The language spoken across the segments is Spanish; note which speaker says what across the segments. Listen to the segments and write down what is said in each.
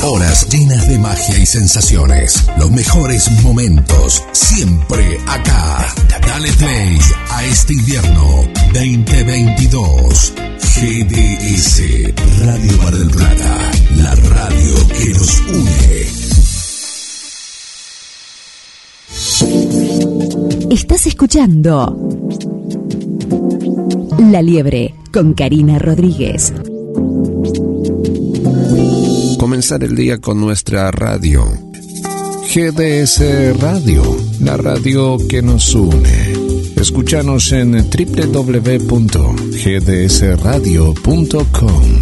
Speaker 1: Horas llenas de magia y sensaciones. Los mejores momentos, siempre acá. Dale play a este invierno 2022. GDS, Radio Mar del Plata, la radio que nos une.
Speaker 2: Estás escuchando La Liebre con Karina Rodríguez.
Speaker 3: Comenzar el día con nuestra radio. GDS Radio, la radio que nos une. Escúchanos en www.gdsradio.com.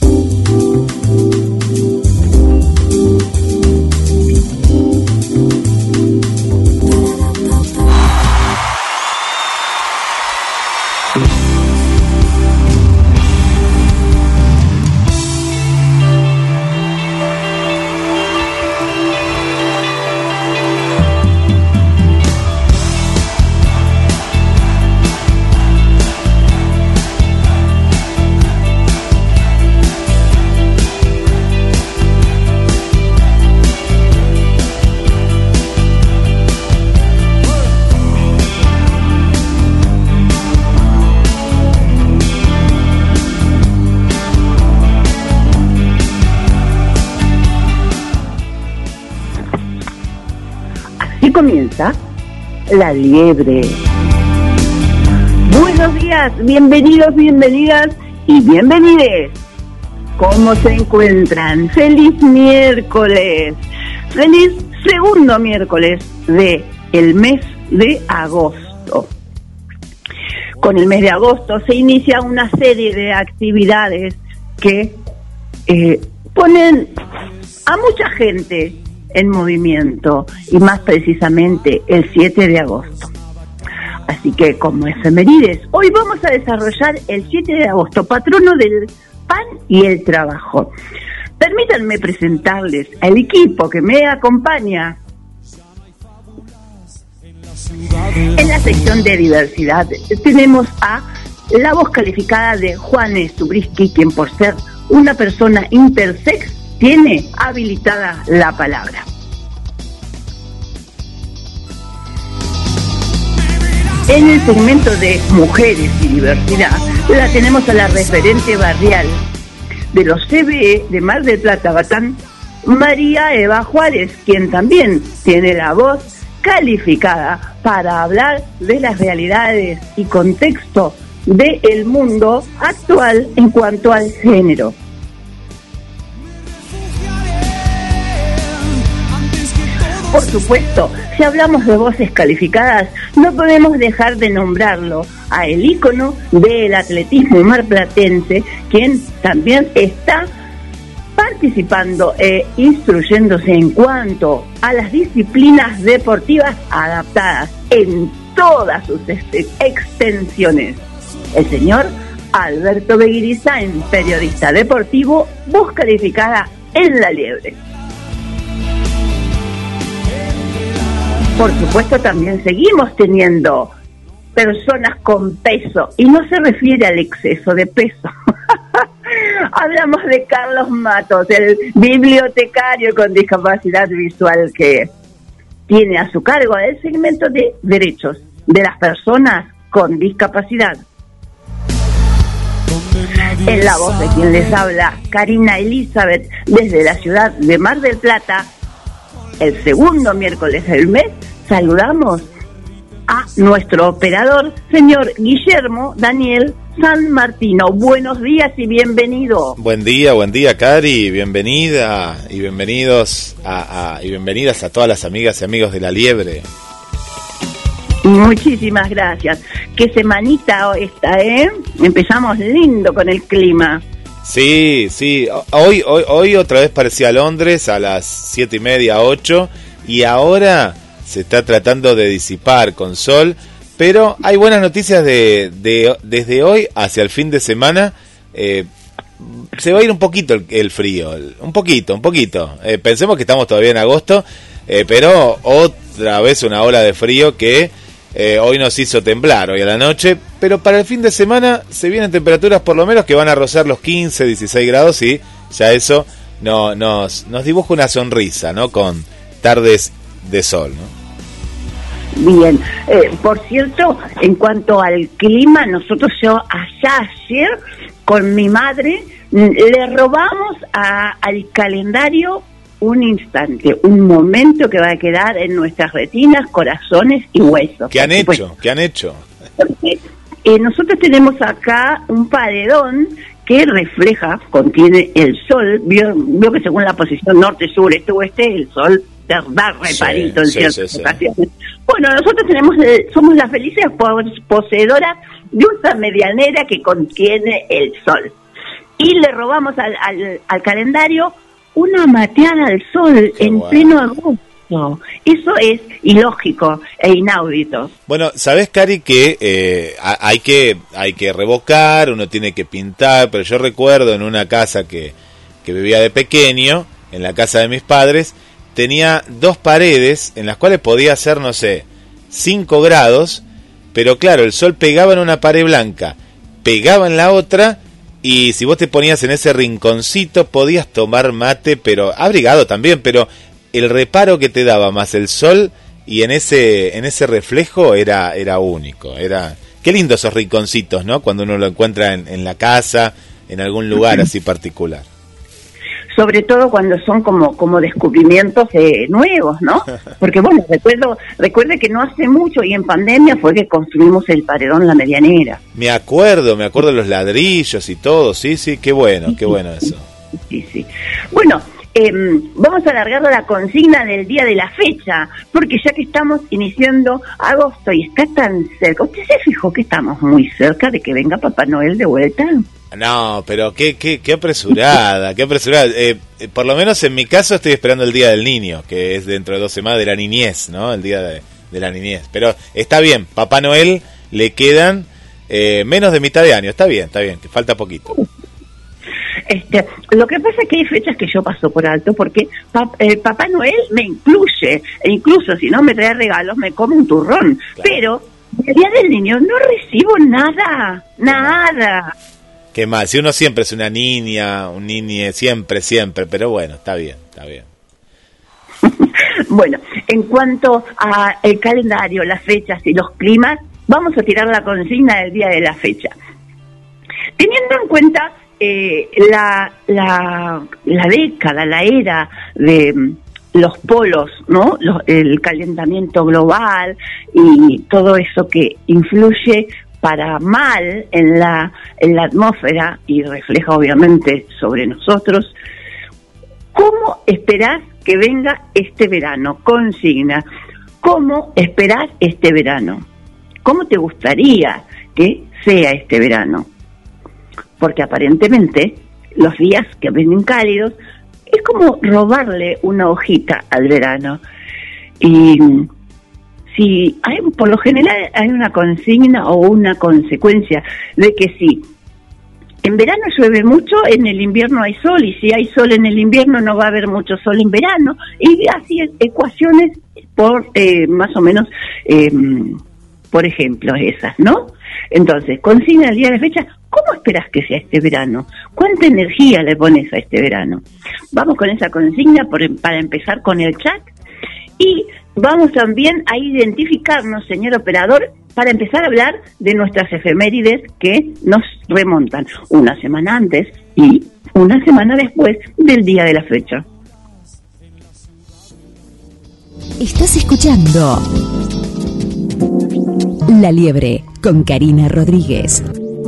Speaker 4: Comienza La Liebre. Buenos días, bienvenidos, bienvenidas y bienvenides. ¿Cómo se encuentran? ¡Feliz miércoles! ¡Feliz segundo miércoles de el mes de agosto! Con el mes de agosto se inicia una serie de actividades que ponen a mucha gente en movimiento, y más precisamente el 7 de agosto. Así que, como efemérides, hoy vamos a desarrollar el 7 de agosto, patrono del pan y el trabajo. Permítanme presentarles al equipo que me acompaña en la sección de diversidad. Tenemos a la voz calificada de Juanes Zubriski, quien por ser una persona intersex tiene habilitada la palabra. En el segmento de mujeres y diversidad la tenemos a la referente barrial de los CBE de Mar del Plata, Batán, María Eva Juárez, quien también tiene la voz calificada para hablar de las realidades y contexto del mundo actual en cuanto al género. Por supuesto, si hablamos de voces calificadas, no podemos dejar de nombrarlo a el ícono del atletismo marplatense, quien también está participando e instruyéndose en cuanto a las disciplinas deportivas adaptadas en todas sus extensiones. El señor Alberto Beguirizain, periodista deportivo, voz calificada en La Liebre. Por supuesto, también seguimos teniendo personas con peso, y no se refiere al exceso de peso. Hablamos de Carlos Matos, el bibliotecario con discapacidad visual que tiene a su cargo el segmento de derechos de las personas con discapacidad. En la voz de quien les habla, Karina Elizabeth, desde la ciudad de Mar del Plata. El segundo miércoles del mes saludamos a nuestro operador, señor Guillermo Daniel San Martino. Buenos días y bienvenido.
Speaker 5: Buen día, Cari, bienvenida y bienvenidos y bienvenidas a todas las amigas y amigos de La Liebre.
Speaker 4: Muchísimas gracias. Qué semanita esta, ¿eh? Empezamos lindo con el clima.
Speaker 5: Sí, hoy otra vez parecía Londres a las 7:30, 8, y ahora se está tratando de disipar con sol, pero hay buenas noticias desde hoy hacia el fin de semana. Se va a ir un poquito el frío, un poquito. Pensemos que estamos todavía en agosto, pero otra vez una ola de frío que hoy nos hizo temblar hoy a la noche, pero para el fin de semana se vienen temperaturas por lo menos que van a rozar los 15, 16 grados y ya eso nos dibuja una sonrisa, ¿no? Con tardes de sol, ¿no?
Speaker 4: Bien, por cierto, en cuanto al clima, yo ayer con mi madre le robamos al calendario un instante, un momento que va a quedar en nuestras retinas, corazones y huesos.
Speaker 5: ¿Qué han hecho? ¿Qué han hecho?
Speaker 4: Nosotros tenemos acá un paredón que contiene el sol. Vio que según la posición norte, sur, este, oeste, el sol da reparito en ciertas ocasiones. Bueno, nosotros somos las felices poseedoras de una medianera que contiene el sol. Y le robamos al calendario una mateada al sol pleno agosto. Eso es ilógico e inaudito.
Speaker 5: Bueno, ¿sabés, Cari, que hay que revocar, uno tiene que pintar? Pero yo recuerdo en una casa que vivía de pequeño, en la casa de mis padres, tenía 2 paredes en las cuales podía hacer, 5 grados, pero claro, el sol pegaba en una pared blanca, pegaba en la otra, y si vos te ponías en ese rinconcito podías tomar mate, pero abrigado también, pero el reparo que te daba más el sol y en ese reflejo era único. Qué lindo esos rinconcitos, ¿no? Cuando uno lo encuentra en la casa, en algún lugar así particular.
Speaker 4: Sobre todo cuando son como descubrimientos nuevos, ¿no? Porque bueno, recuerde que no hace mucho y en pandemia fue que construimos el paredón La Medianera.
Speaker 5: Me acuerdo de los ladrillos y todo, sí, qué bueno eso.
Speaker 4: Sí. Bueno, vamos a alargar la consigna del día de la fecha, porque ya que estamos iniciando agosto y está tan cerca, ¿usted se fijó que estamos muy cerca de que venga Papá Noel de vuelta?
Speaker 5: No, pero qué apresurada, por lo menos en mi caso estoy esperando el Día del Niño, que es dentro de 2 semanas, de la niñez, ¿no? El Día de la Niñez. Pero está bien, Papá Noel le quedan menos de mitad de año, está bien, que falta poquito.
Speaker 4: Lo que pasa es que hay fechas que yo paso por alto porque Papá Noel me incluye, e incluso si no me trae regalos me come un turrón, claro. Pero el Día del Niño no recibo nada.
Speaker 5: Qué mal, si uno siempre es una niña, un niñe, siempre, pero bueno, está bien.
Speaker 4: Bueno, en cuanto a el calendario, las fechas y los climas, vamos a tirar la consigna del día de la fecha. Teniendo en cuenta la década, la era de los polos, ¿no? El calentamiento global y todo eso que influye para mal en la atmósfera y refleja obviamente sobre nosotros. ¿Cómo esperás que venga este verano? Consigna. ¿Cómo esperás este verano? ¿Cómo te gustaría que sea este verano? Porque aparentemente los días que vienen cálidos es como robarle una hojita al verano. Y por lo general hay una consigna o una consecuencia de que si en verano llueve mucho, en el invierno hay sol, y si hay sol en el invierno no va a haber mucho sol en verano, y así ecuaciones por más o menos, por ejemplo, esas, ¿no? Entonces, consigna el día de fecha, ¿cómo esperás que sea este verano? ¿Cuánta energía le pones a este verano? Vamos con esa consigna para empezar con el chat. Y vamos también a identificarnos, señor operador, para empezar a hablar de nuestras efemérides que nos remontan una semana antes y una semana después del día de la fecha.
Speaker 2: Estás escuchando La Liebre con Karina Rodríguez.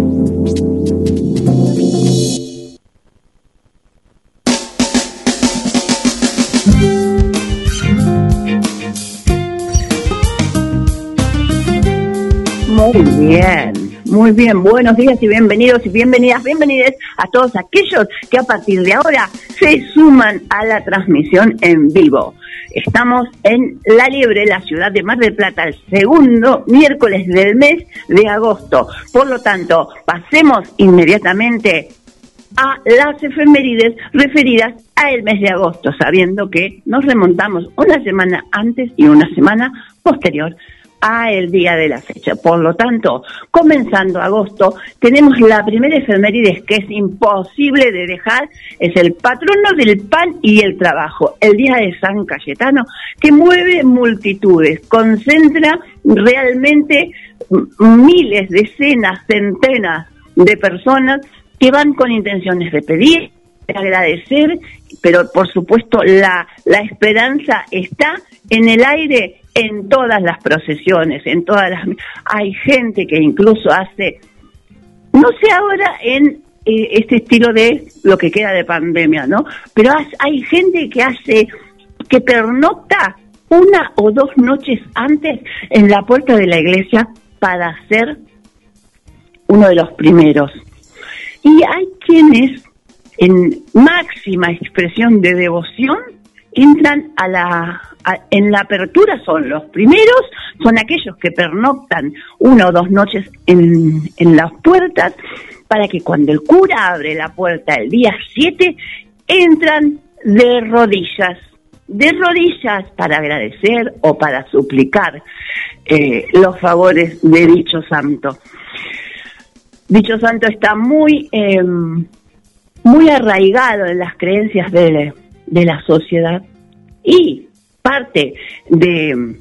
Speaker 4: Muy bien, buenos días y bienvenidos y bienvenidas a todos aquellos que a partir de ahora se suman a la transmisión en vivo. Estamos en La Liebre, la ciudad de Mar del Plata, el segundo miércoles del mes de agosto. Por lo tanto, pasemos inmediatamente a las efemérides referidas al mes de agosto, sabiendo que nos remontamos una semana antes y una semana posterior a el día de la fecha. Por lo tanto, comenzando agosto, tenemos la primera efemérides que es imposible de dejar, es el patrono del pan y el trabajo, el día de San Cayetano, que mueve multitudes, concentra realmente miles, decenas, centenas de personas que van con intenciones de pedir, de agradecer, pero por supuesto la esperanza está en el aire en todas las procesiones, hay gente que incluso hace, no sé ahora en este estilo de lo que queda de pandemia, ¿no? Pero hay gente que pernocta 1 o 2 noches antes en la puerta de la iglesia para ser uno de los primeros. Y hay quienes, en máxima expresión de devoción, entran en la apertura, son los primeros, son aquellos que pernoctan 1 o 2 noches en las puertas, para que cuando el cura abre la puerta el día 7, entran de rodillas para agradecer o para suplicar los favores de dicho santo. Dicho santo está muy arraigado en las creencias de la sociedad, y parte de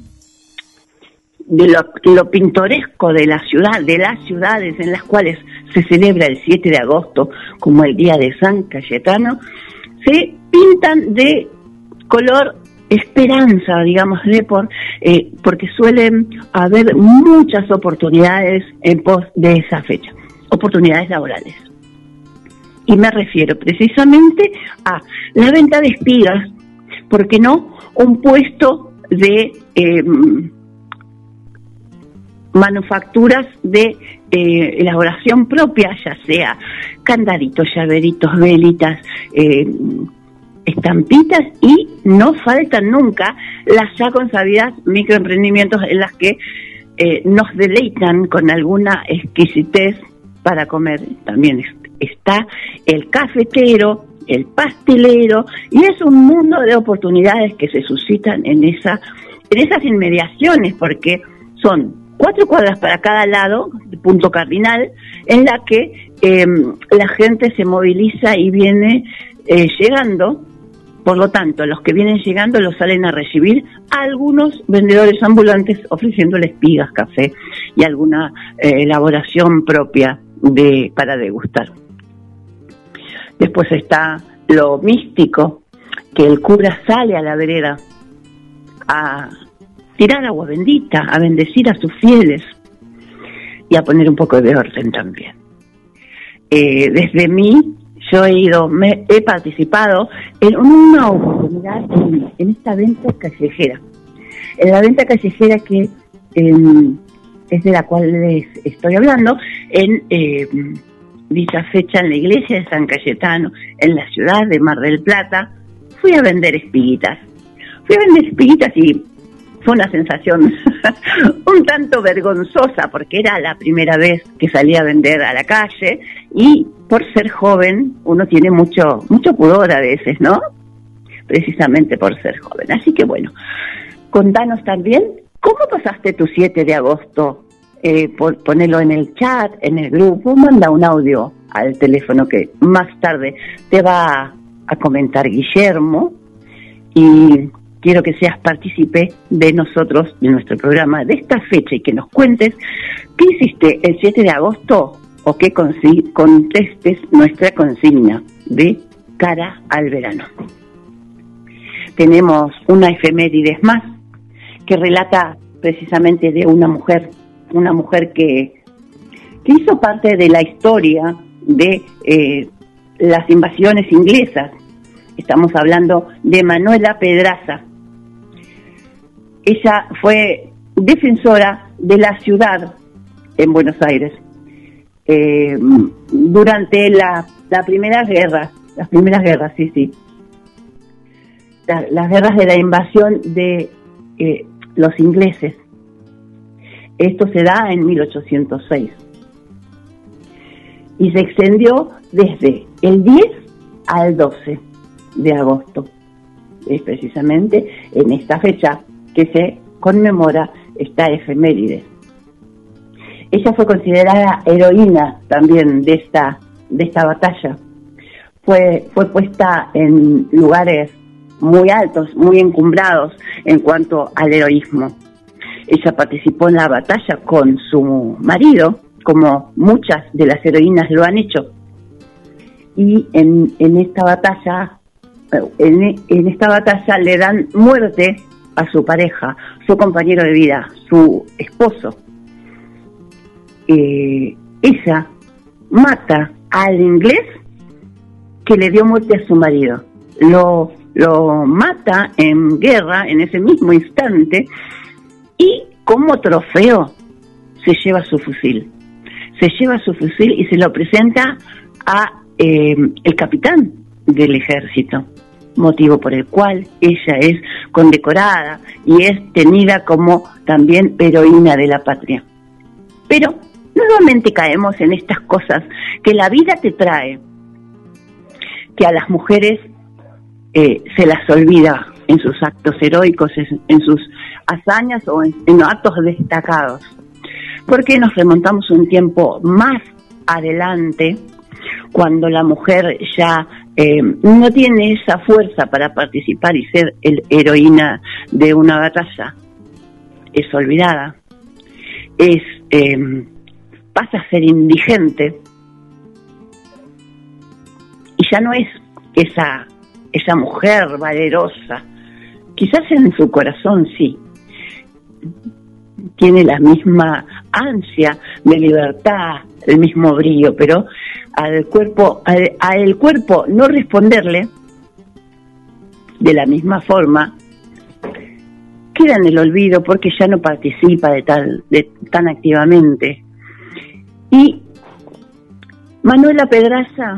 Speaker 4: lo pintoresco de la ciudad, de las ciudades en las cuales se celebra el 7 de agosto como el día de San Cayetano, se pintan de color esperanza, digamos, porque suelen haber muchas oportunidades en pos de esa fecha, oportunidades laborales. Y me refiero precisamente a la venta de espigas, ¿por qué no? Un puesto de manufacturas de elaboración propia, ya sea candaditos, llaveritos, velitas, estampitas, y no faltan nunca las ya consabidas microemprendimientos en las que nos deleitan con alguna exquisitez para comer. También está el cafetero, el pastelero, y es un mundo de oportunidades que se suscitan en esas inmediaciones, porque son 4 cuadras para cada lado, punto cardinal, en la que la gente se moviliza y viene llegando. Por lo tanto, los que vienen llegando los salen a recibir a algunos vendedores ambulantes ofreciéndoles espigas, café y alguna elaboración propia para degustar. Después está lo místico, que el cura sale a la vereda a tirar agua bendita, a bendecir a sus fieles y a poner un poco de orden también. Desde mí, yo he participado en una oportunidad en esta venta callejera. En la venta callejera que es de la cual les estoy hablando, en dicha fecha en la iglesia de San Cayetano, en la ciudad de Mar del Plata, fui a vender espiguitas. Y fue una sensación un tanto vergonzosa, porque era la primera vez que salía a vender a la calle, y por ser joven uno tiene mucho pudor a veces, ¿no? Precisamente por ser joven. Así que bueno, contanos también, ¿cómo pasaste tu 7 de agosto? Ponelo en el chat, en el grupo, manda un audio al teléfono que más tarde te va a comentar Guillermo, y quiero que seas partícipe de nosotros, de nuestro programa, de esta fecha, y que nos cuentes qué hiciste el 7 de agosto o que contestes nuestra consigna de cara al verano. Tenemos una efemérides más que relata precisamente de una mujer que hizo parte de la historia de las invasiones inglesas. Estamos hablando de Manuela Pedraza. Ella fue defensora de la ciudad en Buenos Aires durante las primeras guerras, sí. Las guerras de la invasión de los ingleses. Esto se da en 1806 y se extendió desde el 10 al 12 de agosto. Es precisamente en esta fecha que se conmemora esta efeméride. Ella fue considerada heroína también de esta batalla. Fue puesta en lugares muy altos, muy encumbrados en cuanto al heroísmo. Ella participó en la batalla con su marido, como muchas de las heroínas lo han hecho. Y en esta batalla le dan muerte a su pareja, su compañero de vida, su esposo. Ella mata al inglés que le dio muerte a su marido. Lo mata en guerra en ese mismo instante y como trofeo se lleva su fusil. Se lleva su fusil y se lo presenta a el capitán del ejército, motivo por el cual ella es condecorada y es tenida como también heroína de la patria. Pero nuevamente caemos en estas cosas que la vida te trae, que a las mujeres se las olvida en sus actos heroicos, en sus hazañas o en actos destacados. Porque nos remontamos un tiempo más adelante, cuando la mujer ya no tiene esa fuerza para participar y ser heroína de una batalla. Es olvidada, pasa a ser indigente y ya no es esa mujer valerosa. Quizás en su corazón sí tiene la misma ansia de libertad, el mismo brillo, pero al cuerpo no responderle de la misma forma, queda en el olvido porque ya no participa tan activamente. Y Manuela Pedraza,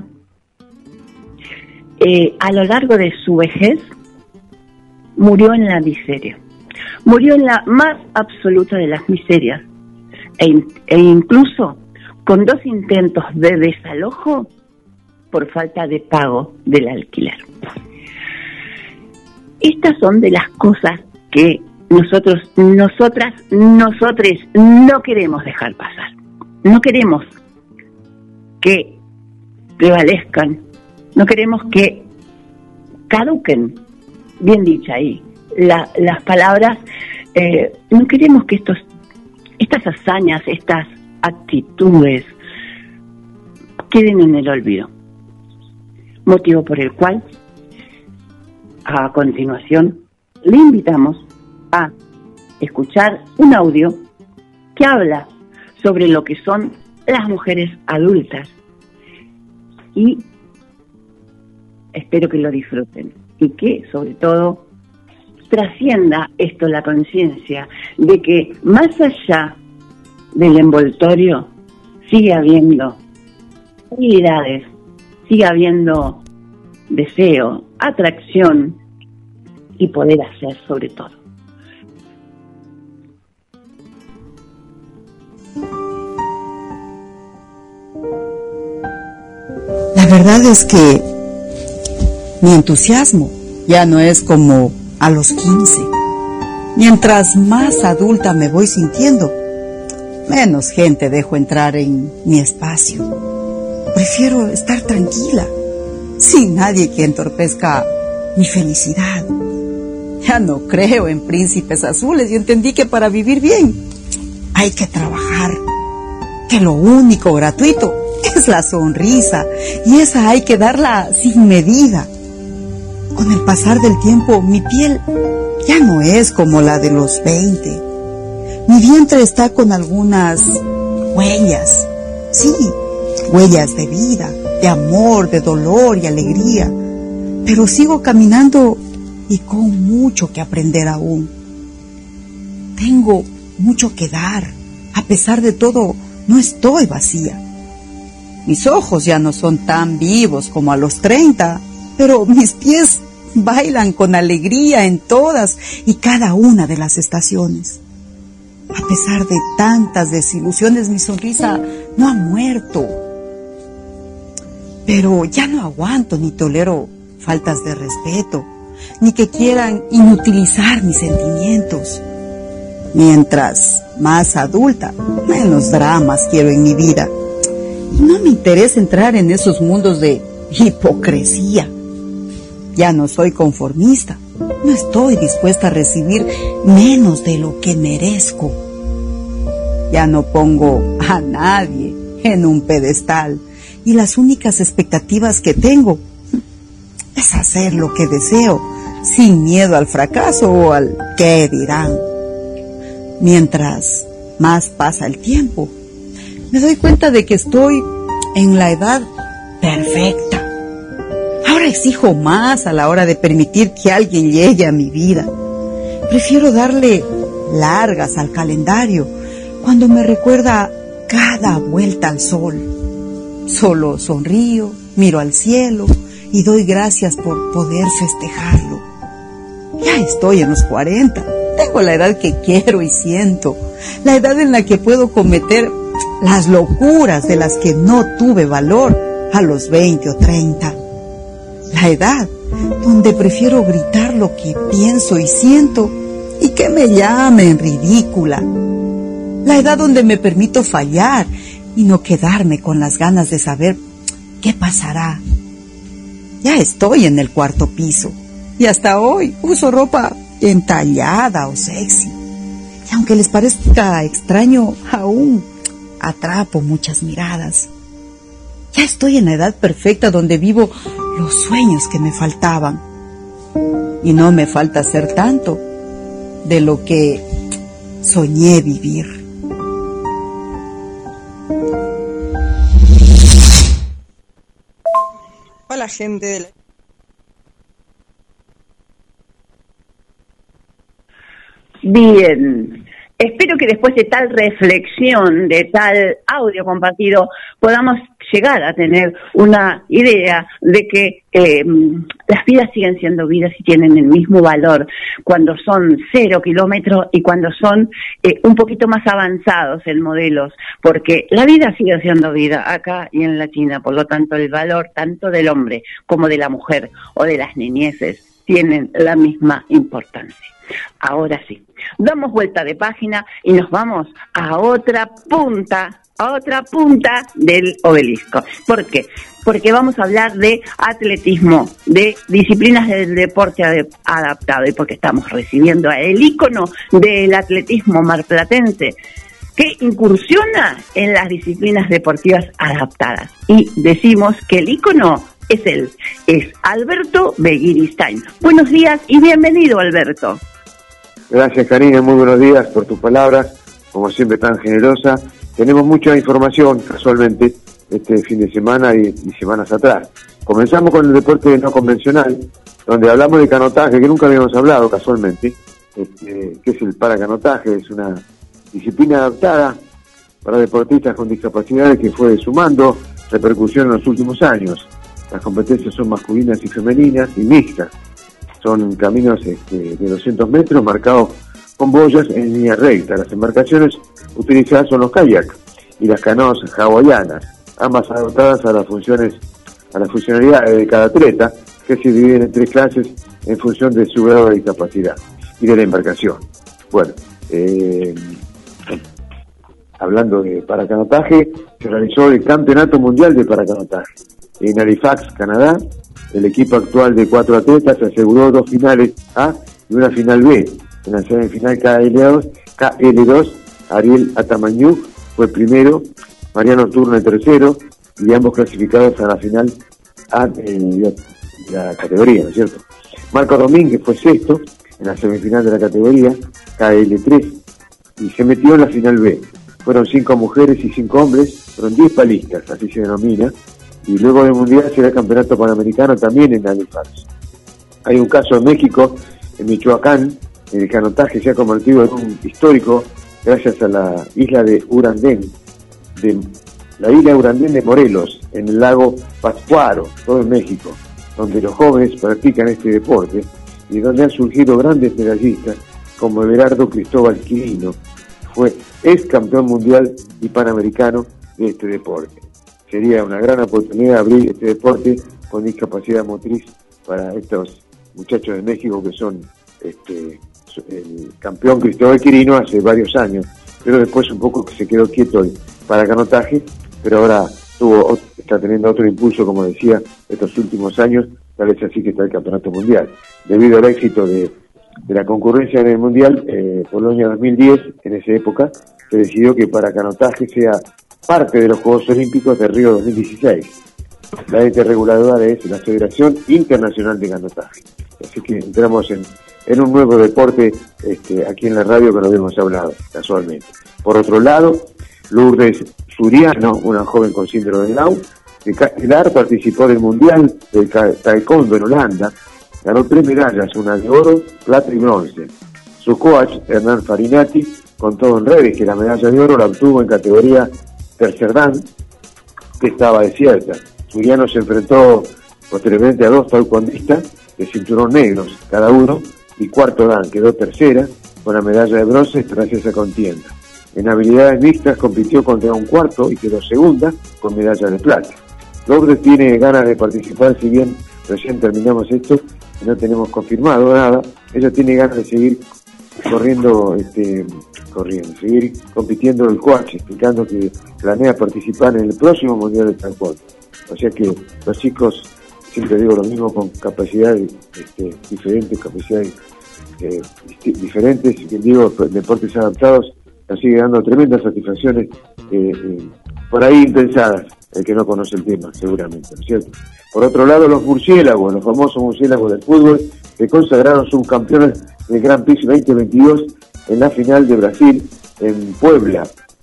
Speaker 4: a lo largo de su vejez, murió en la miseria, murió en la más absoluta de las miserias, e incluso con 2 intentos de desalojo por falta de pago del alquiler. Estas son de las cosas que nosotros no queremos dejar pasar. No queremos que prevalezcan, no queremos que caduquen, bien dicha ahí, las palabras, no queremos que estas hazañas, estas actitudes queden en el olvido. Motivo por el cual, a continuación, le invitamos a escuchar un audio que habla sobre lo que son las mujeres adultas, y espero que lo disfruten y que sobre todo trascienda esto la conciencia de que más allá del envoltorio sigue habiendo habilidades, sigue habiendo deseo, atracción y poder hacer sobre todo.
Speaker 6: La verdad es que mi entusiasmo ya no es como a los 15. Mientras más adulta me voy sintiendo, menos gente dejo entrar en mi espacio. Prefiero estar tranquila, sin nadie que entorpezca mi felicidad. Ya no creo en príncipes azules y entendí que para vivir bien hay que trabajar, que lo único gratuito es la sonrisa, y esa hay que darla sin medida. Con el pasar del tiempo, mi piel ya no es como la de los 20. Mi vientre está con algunas huellas, sí, huellas de vida, de amor, de dolor y alegría, pero sigo caminando y con mucho que aprender aún. Tengo mucho que dar. A pesar de todo, no estoy vacía. Mis ojos ya no son tan vivos como a los 30, pero mis pies bailan con alegría en todas y cada una de las estaciones. A pesar de tantas desilusiones, mi sonrisa no ha muerto. Pero ya no aguanto ni tolero faltas de respeto, ni que quieran inutilizar mis sentimientos. Mientras más adulta, menos dramas quiero en mi vida. Y no me interesa entrar en esos mundos de hipocresía. Ya no soy conformista. No estoy dispuesta a recibir menos de lo que merezco. Ya no pongo a nadie en un pedestal. Y las únicas expectativas que tengo es hacer lo que deseo, sin miedo al fracaso o al qué dirán. Mientras más pasa el tiempo, me doy cuenta de que estoy en la edad perfecta. Ahora exijo más a la hora de permitir que alguien llegue a mi vida. Prefiero darle largas al calendario cuando me recuerda cada vuelta al sol. Solo sonrío, miro al cielo y doy gracias por poder festejarlo. Ya estoy en los 40. Tengo la edad que quiero y siento, la edad en la que puedo cometer las locuras de las que no tuve valor a los 20 o 30. La edad donde prefiero gritar lo que pienso y siento y que me llamen ridícula. La edad donde me permito fallar y no quedarme con las ganas de saber qué pasará. Ya estoy en el 4º piso y hasta hoy uso ropa entallada o sexy. Y aunque les parezca extraño, aún atrapo muchas miradas. Ya estoy en la edad perfecta donde vivo los sueños que me faltaban. Y no me falta hacer tanto de lo que soñé vivir.
Speaker 7: Hola, gente de la...
Speaker 4: Bien, espero que después de tal reflexión, de tal audio compartido, podamos llegar a tener una idea de que las vidas siguen siendo vidas y tienen el mismo valor cuando son 0 kilómetros y cuando son un poquito más avanzados en modelos, porque la vida sigue siendo vida acá y en la China, por lo tanto el valor tanto del hombre como de la mujer o de las niñeces tienen la misma importancia. Ahora sí, damos vuelta de página y nos vamos a otra punta del obelisco. ¿Por qué? Porque vamos a hablar de atletismo, de disciplinas del deporte adaptado, y porque estamos recibiendo el ícono del atletismo marplatense que incursiona en las disciplinas deportivas adaptadas. Y decimos que el ícono es él, es Alberto Begiristain. Buenos días y bienvenido, Alberto.
Speaker 8: Gracias, Karina, muy buenos días por tus palabras, como siempre tan generosa. Tenemos mucha información, casualmente, este fin de semana y semanas atrás. Comenzamos con el deporte no convencional, donde hablamos de canotaje, que nunca habíamos hablado casualmente, que es el paracanotaje. Es una disciplina adaptada para deportistas con discapacidades que fue sumando repercusión en los últimos años. Las competencias son masculinas y femeninas y mixtas. Son caminos de 200 metros marcados con boyas en línea recta. Las embarcaciones utilizadas son los kayak y las canoas hawaianas, ambas adaptadas a las funcionalidades de cada atleta, que se dividen en 3 clases en función de su grado de discapacidad y de la embarcación. Bueno, hablando de paracanotaje, se realizó el Campeonato Mundial de Paracanotaje en Halifax, Canadá. El equipo actual de 4 atletas aseguró 2 finales A y una final B. En la semifinal KL2, Ariel Atamañú fue primero, Mariano Turner tercero, y ambos clasificados a la final A de la categoría, ¿no es cierto? Marco Domínguez fue sexto en la semifinal de la categoría KL3 y se metió en la final B. Fueron 5 mujeres y 5 hombres, fueron 10 palistas, así se denomina. Y luego del Mundial será el Campeonato Panamericano también en Halifax. Hay un caso en México, en Michoacán, en el canotaje se ha convertido en un histórico gracias a la isla de Urandén, de Morelos, en el lago Pátzcuaro, todo en México, donde los jóvenes practican este deporte y donde han surgido grandes medallistas como Everardo Cristóbal Quirino, fue ex campeón mundial y panamericano de este deporte. Sería una gran oportunidad de abrir este deporte con discapacidad motriz para estos muchachos de México que son el campeón Cristóbal Quirino hace varios años, pero después un poco que se quedó quieto para canotaje, pero ahora está teniendo otro impulso, como decía, estos últimos años, tal vez así que está el campeonato mundial. Debido al éxito de la concurrencia en el mundial, Polonia 2010, en esa época, se decidió que para canotaje sea parte de los Juegos Olímpicos de Río 2016. La ente reguladora es la Federación Internacional de Canotaje. Así que entramos en un nuevo deporte aquí en la radio que lo habíamos hablado casualmente. Por otro lado, Lourdes Suriano, una joven con síndrome de Down, de Castelar, participó del Mundial de Taekwondo en Holanda, ganó 3 medallas, una de oro, plata y bronce. Su coach, Hernán Farinati, contó en redes que la medalla de oro la obtuvo en categoría tercer dan, que estaba desierta. Suriano se enfrentó posteriormente a 2 taekwondistas de cinturón negros cada uno, y cuarto dan quedó tercera con la medalla de bronce tras esa contienda. En habilidades mixtas compitió contra un cuarto y quedó segunda con medalla de plata. Lourdes tiene ganas de participar, si bien recién terminamos esto y no tenemos confirmado nada. Ella tiene ganas de seguir seguir compitiendo el coach, explicando que planea participar en el próximo Mundial de Taekwondo. O sea que los chicos, siempre digo lo mismo, con capacidades diferentes, diferentes, deportes adaptados, nos sigue dando tremendas satisfacciones, por ahí impensadas, el que no conoce el tema, seguramente, ¿no es cierto? Por otro lado, los murciélagos, los famosos murciélagos del fútbol, que consagraron subcampeones del Grand Prix 2022 en la final de Brasil, en Puebla.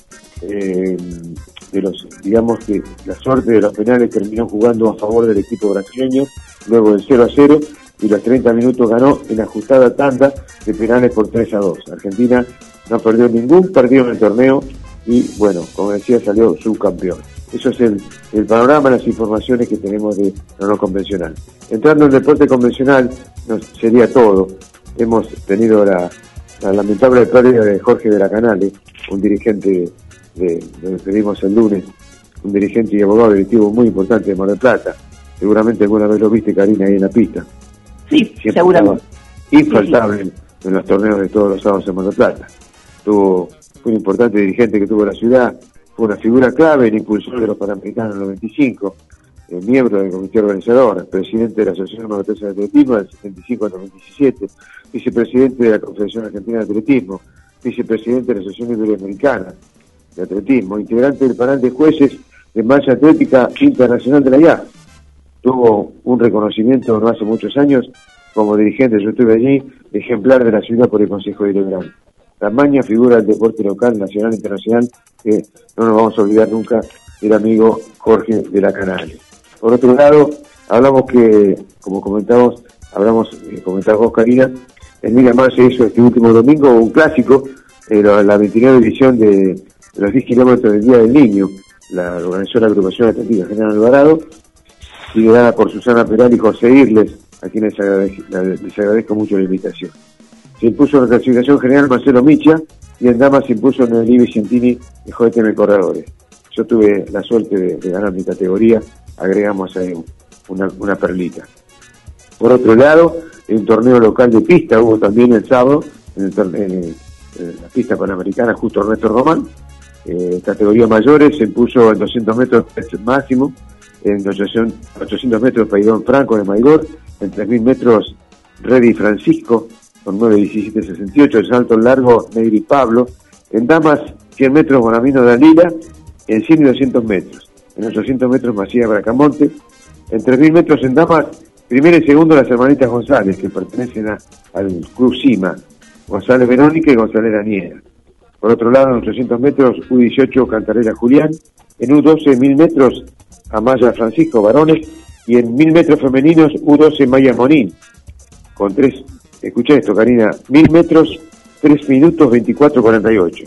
Speaker 8: Digamos que la suerte de los penales terminó jugando a favor del equipo brasileño, luego del 0-0, y los 30 minutos ganó en ajustada tanda de penales por 3-2. Argentina no perdió ningún partido en el torneo y, bueno, como decía, salió subcampeón. Eso es el panorama, las informaciones que tenemos de lo no convencional. Entrando en el deporte convencional, sería todo. Hemos tenido la lamentable pérdida de Jorge de la Canale, un dirigente lo despedimos el lunes, un dirigente y abogado directivo muy importante de Mar del Plata. Seguramente alguna vez lo viste, Karina, ahí en la pista.
Speaker 4: Sí, seguramente.
Speaker 8: Infaltable en los torneos de todos los sábados en Mar del Plata. Fue un importante dirigente que tuvo la ciudad, fue una figura clave, el impulsor de los Panamericanos en el 95, miembro del comité organizador, presidente de la Asociación Nortesa de Atletismo del 75 al 97, vicepresidente de la Confederación Argentina de Atletismo, vicepresidente de la Asociación Iberoamericana de Atletismo, integrante del panel de jueces de malla atlética internacional de la IAF. Tuvo un reconocimiento no hace muchos años como dirigente, yo estuve allí, ejemplar de la ciudad por el Consejo Deliberante. Tamaña figura del deporte local, nacional e internacional, que no nos vamos a olvidar nunca del amigo Jorge de la Canale. Por otro lado, hablamos que, como comentamos vos, Karina, en Miramar se hizo este último domingo un clásico, la 29 edición de los 10 kilómetros del Día del Niño. La organizó la agrupación atlética General Alvarado, liderada por Susana Peral y José Irles, a quienes les agradezco mucho la invitación. Se impuso en la clasificación general Marcelo Micha, y en damas se impuso Nelly Vicentini y JTM Corredores. Yo tuve la suerte de ganar mi categoría, agregamos ahí una perlita. Por otro lado, un torneo local de pista hubo también el sábado, en la pista panamericana, justo Ernesto Román. Categoría mayores se impuso en 200 metros máximo, en 800 metros Paidón Franco de Maigor, en 3000 metros Reddy Francisco con 9:17.68, el salto largo Negri Pablo, en damas 100 metros Bonamino de Alila, en 100 y 200 metros, en 800 metros Macías Bracamonte, en 3000 metros en damas, primero y segundo las hermanitas González, que pertenecen al Club Cima, González Verónica y González Daniela. Por otro lado, en 800 metros U18 Cantarera Julián, en U12 1000 metros Amaya Francisco varones, y en 1000 metros femeninos U12 Maya Monín, con 3, escucha esto, Karina, 1000 metros 3 minutos 24:48.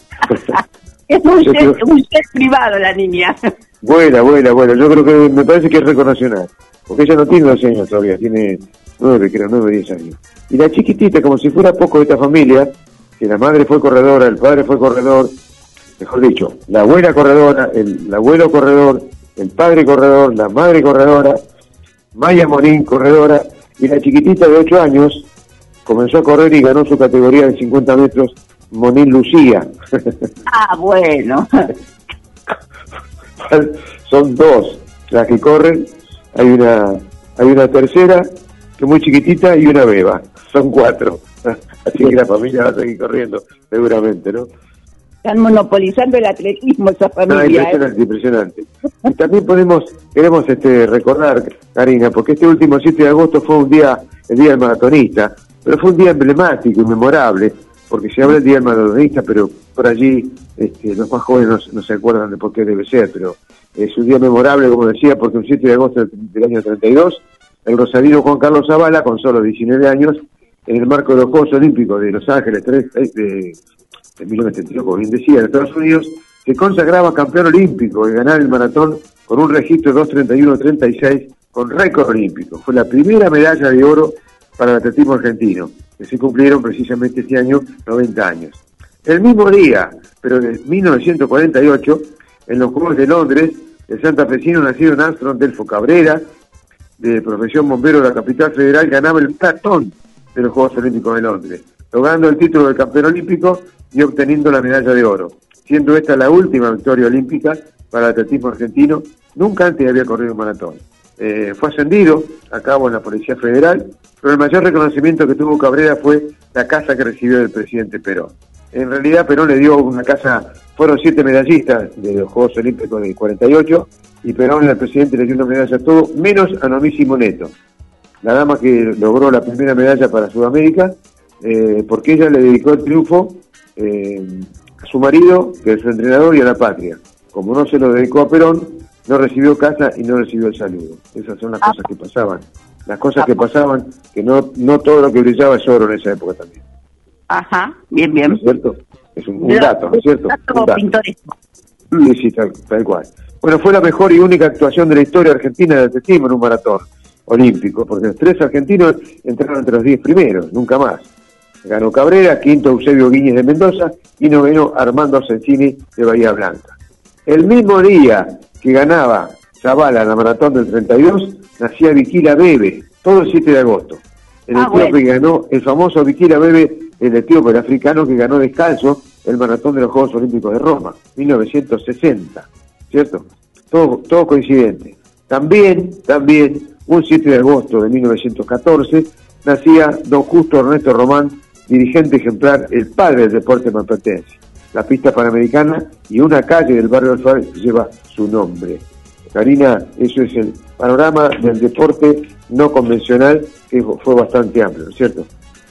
Speaker 4: Es un jet privado la niña.
Speaker 8: Vuela, yo creo que me parece que es reconacional, porque ella no tiene 12 años todavía, tiene 9, 10 años. Y la chiquitita, como si fuera poco de esta familia, que la madre fue corredora, el padre fue corredor, mejor dicho, la abuela corredora, el abuelo corredor, el padre corredor, la madre corredora, Maya Morín corredora, y la chiquitita de 8 años comenzó a correr y ganó su categoría de 50 metros Monín Lucía.
Speaker 4: Bueno.
Speaker 8: Son dos las que corren, hay una tercera que es muy chiquitita y una beba, son 4. Así que la familia va a seguir corriendo, seguramente, ¿no?
Speaker 4: Están monopolizando el atletismo esa familia.
Speaker 8: Impresionante. Y también queremos recordar, Karina, porque este último 7 de agosto fue el día del maratonista, pero fue un día emblemático y memorable, porque se habla del día del maratonista, pero por allí los más jóvenes no se acuerdan de por qué debe ser, pero es un día memorable, como decía, porque un 7 de agosto del año 32, el rosarino Juan Carlos Zavala, con solo 19 años, en el marco de los Juegos Olímpicos de Los Ángeles de 1972, como bien decía, en Estados Unidos, se consagraba campeón olímpico de ganar el maratón con un registro de 2:31:36 con récord olímpico. Fue la primera medalla de oro para el atletismo argentino, que se cumplieron precisamente este año 90 años. El mismo día, pero de 1948, en los Juegos de Londres, el santafesino nacido en Armstrong Delfo Cabrera, de profesión bombero de la capital federal, ganaba el maratón de los Juegos Olímpicos de Londres, logrando el título de campeón olímpico y obteniendo la medalla de oro, siendo esta la última victoria olímpica para el atletismo argentino. Nunca antes había corrido un maratón. Fue ascendido a cabo en la Policía Federal, pero el mayor reconocimiento que tuvo Cabrera fue la casa que recibió del presidente Perón. En realidad Perón le dio una casa, fueron 7 medallistas de los Juegos Olímpicos del 48, y Perón, el presidente, le dio una medalla a todo, menos a Noemí Simoneto, la dama que logró la primera medalla para Sudamérica, porque ella le dedicó el triunfo a su marido, que es su entrenador, y a la patria. Como no se lo dedicó a Perón, no recibió casa y no recibió el saludo. Esas son las cosas que pasaban. Las cosas que pasaban, que no todo lo que brillaba es oro en esa época también.
Speaker 4: Ajá, bien.
Speaker 8: ¿No es cierto? Es un dato, ¿no es cierto? Un dato pintoresco. Sí, tal cual. Bueno, fue la mejor y única actuación de la historia argentina de atletismo en un maratón olímpico, porque los 3 argentinos entraron entre los 10 primeros, nunca más. Ganó Cabrera, quinto Eusebio Guíñez de Mendoza y noveno Armando Sensini de Bahía Blanca. El mismo día que ganaba Zavala la maratón del 32, nacía Bikila Bebe, todo el 7 de agosto. El etíope que ganó, el famoso Bikila Bebe, el etíope, el africano que ganó descalzo el maratón de los Juegos Olímpicos de Roma, 1960, ¿cierto? Todo coincidente. También, un 7 de agosto de 1914, nacía don Justo Ernesto Román, dirigente ejemplar, el padre del deporte malplatense. La pista panamericana y una calle del barrio Alfaro lleva su nombre. Karina, eso es el panorama del deporte no convencional, que fue bastante amplio, ¿no es cierto?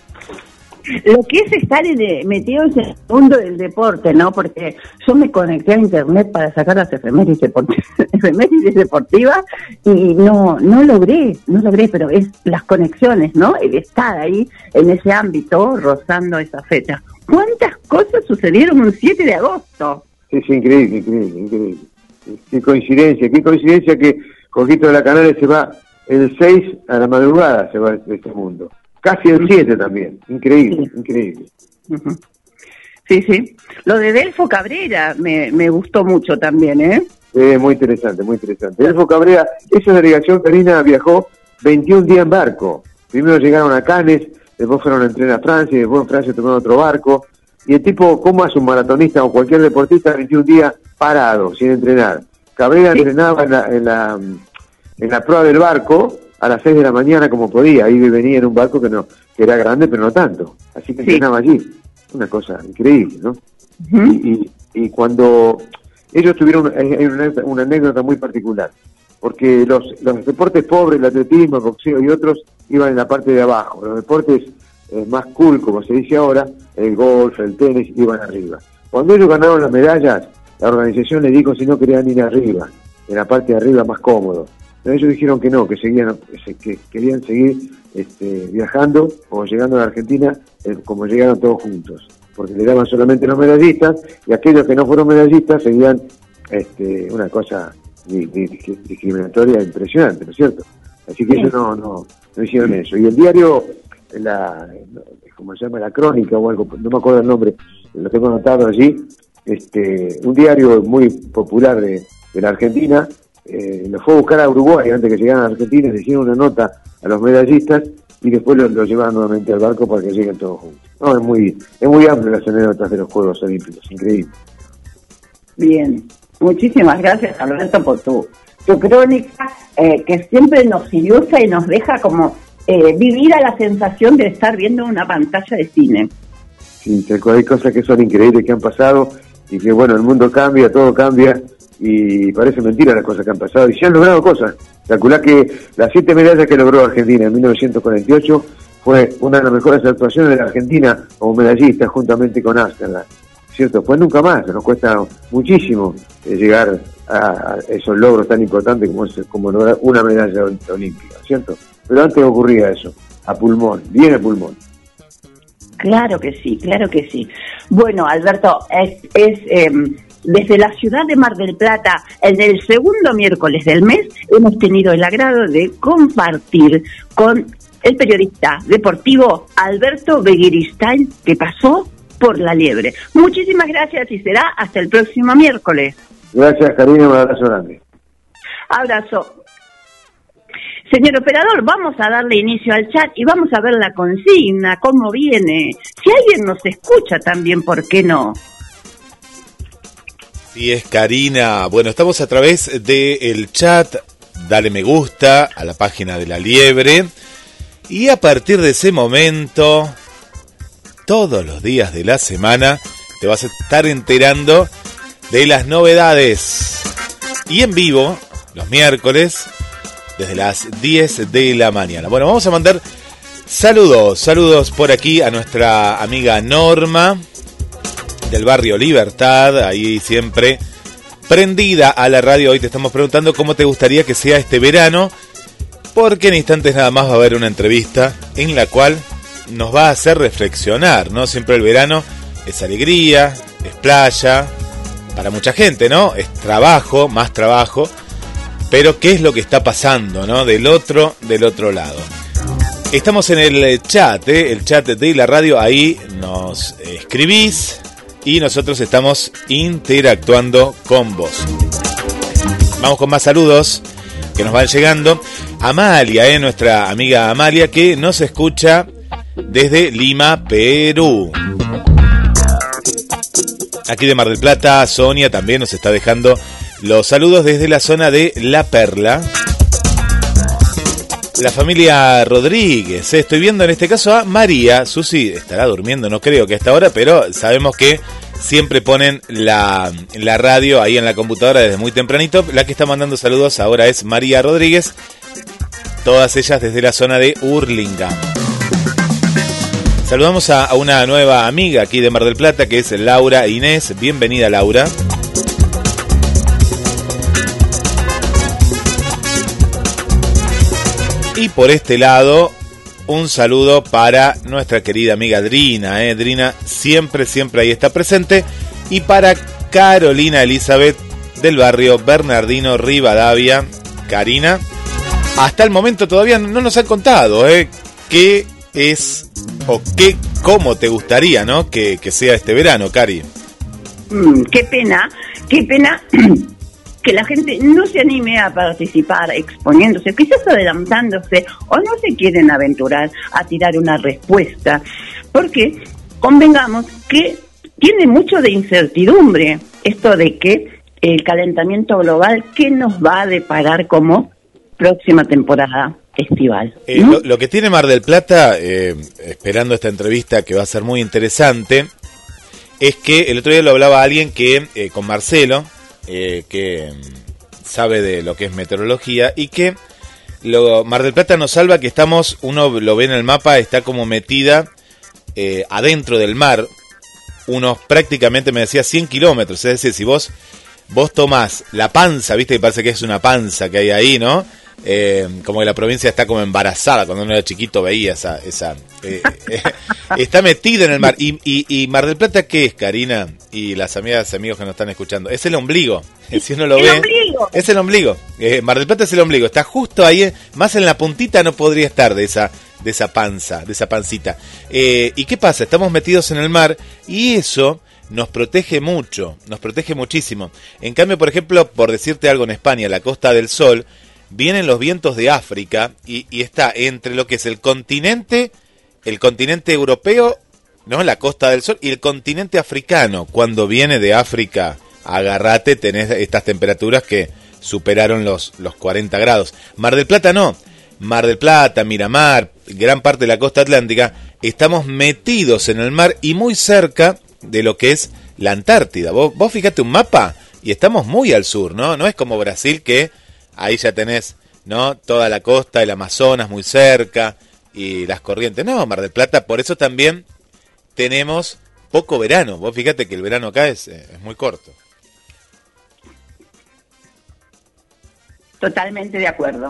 Speaker 4: Lo que es estar metidos en el mundo del deporte, ¿no? Porque yo me conecté a internet para sacar las efemérides deportivas y no logré, pero es las conexiones, ¿no? El estar ahí en ese ámbito, rozando esa fecha. ¿Cuántas cosas sucedieron un 7 de agosto?
Speaker 8: Es increíble. Qué coincidencia que Jorgito de la Canales se va el 6 a la madrugada, se va de este mundo. Casi el 7 también, increíble.
Speaker 4: Uh-huh. Sí. Lo de Delfo Cabrera me gustó mucho también, ¿eh?
Speaker 8: Muy interesante. Delfo Cabrera, esa delegación, Karina, viajó 21 días en barco. Primero llegaron a Cannes, después fueron a entrenar a Francia, y después en Francia tomaron otro barco. Y el tipo, ¿cómo hace un maratonista o cualquier deportista 21 días parado, sin entrenar? Cabrera entrenaba en la proa del barco a las 6 de la mañana como podía. Ahí venía en un barco que era grande, pero no tanto. Así que entrenaba allí. Una cosa increíble, ¿no? Uh-huh. Y cuando ellos tuvieron una anécdota muy particular, porque los deportes pobres, el atletismo, el boxeo y otros, iban en la parte de abajo. Los deportes más cool, como se dice ahora, el golf, el tenis, iban arriba. Cuando ellos ganaron las medallas, la organización les dijo si no querían ir arriba, en la parte de arriba más cómodo. Pero ellos dijeron que no, que querían seguir viajando o llegando a la Argentina como llegaron todos juntos, porque le daban solamente los medallistas y aquellos que no fueron medallistas seguían una cosa discriminatoria impresionante, ¿no es cierto? Así que ellos no hicieron eso. Y el diario, como se llama, la crónica o algo, no me acuerdo el nombre, lo tengo anotado allí, un diario muy popular de la Argentina, lo fue a buscar a Uruguay antes que llegaran a Argentina, le hicieron una nota a los medallistas y después lo llevaban nuevamente al barco para que lleguen todos juntos. No, es muy amplio las anécdotas de los Juegos Olímpicos, increíble.
Speaker 4: Bien, muchísimas gracias, Alberto, por tu crónica, que siempre nos ilustra y nos deja como vivir a la sensación de estar viendo una pantalla de cine.
Speaker 8: Sí, hay cosas que son increíbles que han pasado y que, bueno, el mundo cambia, todo cambia y parece mentira las cosas que han pasado y se han logrado cosas. Calculá que las 7 medallas que logró Argentina en 1948 fue una de las mejores actuaciones de la Argentina como medallista juntamente con Ámsterdam, ¿cierto? Pues nunca más, nos cuesta muchísimo llegar a esos logros tan importantes como lograr una medalla olímpica, ¿cierto? Pero antes ocurría eso, a pulmón, bien a pulmón.
Speaker 4: Claro que sí, claro que sí. Bueno, Alberto, desde la ciudad de Mar del Plata, en el segundo miércoles del mes, hemos tenido el agrado de compartir con el periodista deportivo Alberto Begiristain, que pasó por La Liebre. Muchísimas gracias y será hasta el próximo miércoles.
Speaker 8: Gracias, Karina, un abrazo grande.
Speaker 4: Abrazo. Señor operador, vamos a darle inicio al chat y vamos a ver la consigna, cómo viene. Si alguien nos escucha también, ¿por qué no?
Speaker 5: Sí, es Karina. Bueno, estamos a través del chat. Dale me gusta a la página de La Liebre. Y a partir de ese momento, todos los días de la semana, te vas a estar enterando de las novedades. Y en vivo, los miércoles, desde las 10 de la mañana. Bueno, vamos a mandar saludos por aquí a nuestra amiga Norma, del barrio Libertad, ahí siempre prendida a la radio. Hoy te estamos preguntando cómo te gustaría que sea este verano, porque en instantes nada más va a haber una entrevista en la cual nos va a hacer reflexionar, ¿no? Siempre el verano es alegría, es playa, para mucha gente, ¿no? Es trabajo, más trabajo, pero ¿qué es lo que está pasando, ¿no? Del otro lado. Estamos en el chat de la radio, ahí nos escribís y nosotros estamos interactuando con vos. Vamos con más saludos que nos van llegando. Amalia, nuestra amiga Amalia, que nos escucha desde Lima, Perú. Aquí de Mar del Plata, Sonia también nos está dejando los saludos desde la zona de La Perla. La familia Rodríguez, estoy viendo en este caso a María. Susi estará durmiendo, no creo que a esta hora, pero sabemos que siempre ponen la radio ahí en la computadora desde muy tempranito. La que está mandando saludos ahora es María Rodríguez, todas ellas desde la zona de Hurlingham. Saludamos a una nueva amiga aquí de Mar del Plata, que es Laura Inés. Bienvenida, Laura. Y por este lado, un saludo para nuestra querida amiga Drina. Drina siempre ahí está presente. Y para Carolina Elizabeth del barrio Bernardino Rivadavia. Karina, hasta el momento todavía no nos han contado qué es o cómo te gustaría, ¿no? que sea este verano, Cari.
Speaker 4: Qué pena que la gente no se anime a participar exponiéndose, quizás adelantándose, o no se quieren aventurar a tirar una respuesta, porque convengamos que tiene mucho de incertidumbre esto de que el calentamiento global, ¿qué nos va a deparar como próxima temporada estival? ¿No?
Speaker 5: Lo que tiene Mar del Plata, esperando esta entrevista que va a ser muy interesante, es que el otro día lo hablaba alguien que con Marcelo, que sabe de lo que es meteorología, y que Mar del Plata nos salva, que estamos, uno lo ve en el mapa, está como metida adentro del mar, unos prácticamente, me decía, 100 kilómetros, es decir, si vos tomás la panza, viste que parece que es una panza que hay ahí, ¿no? Como que la provincia está como embarazada. Cuando uno era chiquito veía esa está metida en el mar. Y Mar del Plata, ¿qué es, Karina? Y las amigas, amigos que nos están escuchando, es el ombligo. Si uno lo ve, ombligo. Es el ombligo. Mar del Plata es el ombligo, está justo ahí, más en la puntita no podría estar de esa panza, de esa pancita. ¿Y qué pasa? Estamos metidos en el mar y eso nos protege mucho, nos protege muchísimo. En cambio, por ejemplo, por decirte algo, en España, la Costa del Sol, vienen los vientos de África y está entre lo que es el continente europeo, ¿no? La Costa del Sol, y el continente africano. Cuando viene de África, agárrate, tenés estas temperaturas que superaron los 40 grados. Mar del Plata no. Mar del Plata, Miramar, gran parte de la costa atlántica, estamos metidos en el mar y muy cerca de lo que es la Antártida. Vos fíjate un mapa y estamos muy al sur, ¿no? No es como Brasil, que ahí ya tenés, ¿no?, toda la costa, el Amazonas muy cerca y las corrientes. No, Mar del Plata, por eso también tenemos poco verano. Vos fíjate que el verano acá es muy corto.
Speaker 4: Totalmente de acuerdo.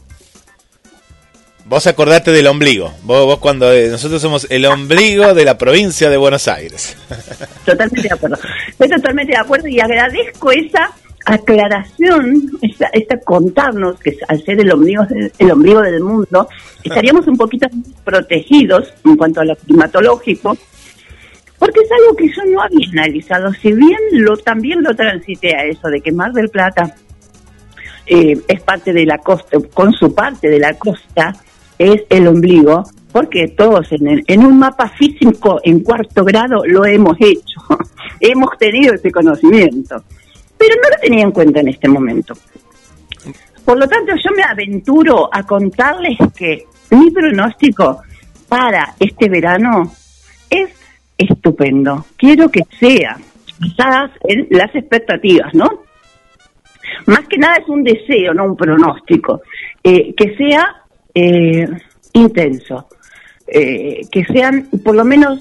Speaker 5: Vos acordate del ombligo. Vos cuando nosotros somos el ombligo de la provincia de Buenos Aires.
Speaker 4: Totalmente de acuerdo. Estoy totalmente de acuerdo y agradezco esa aclaración, esta contarnos que al ser el ombligo del mundo, estaríamos un poquito protegidos en cuanto a lo climatológico, porque es algo que yo no había analizado. Si bien también lo transité a eso de que Mar del Plata es parte de la costa, con su parte de la costa es el ombligo, porque todos en un mapa físico en 4º grado lo hemos hecho, hemos tenido ese conocimiento, pero no lo tenía en cuenta en este momento. Por lo tanto, yo me aventuro a contarles que mi pronóstico para este verano es estupendo. Quiero que sea basadas en las expectativas, ¿no? Más que nada es un deseo, no un pronóstico. Que sea intenso. Que sean, por lo menos,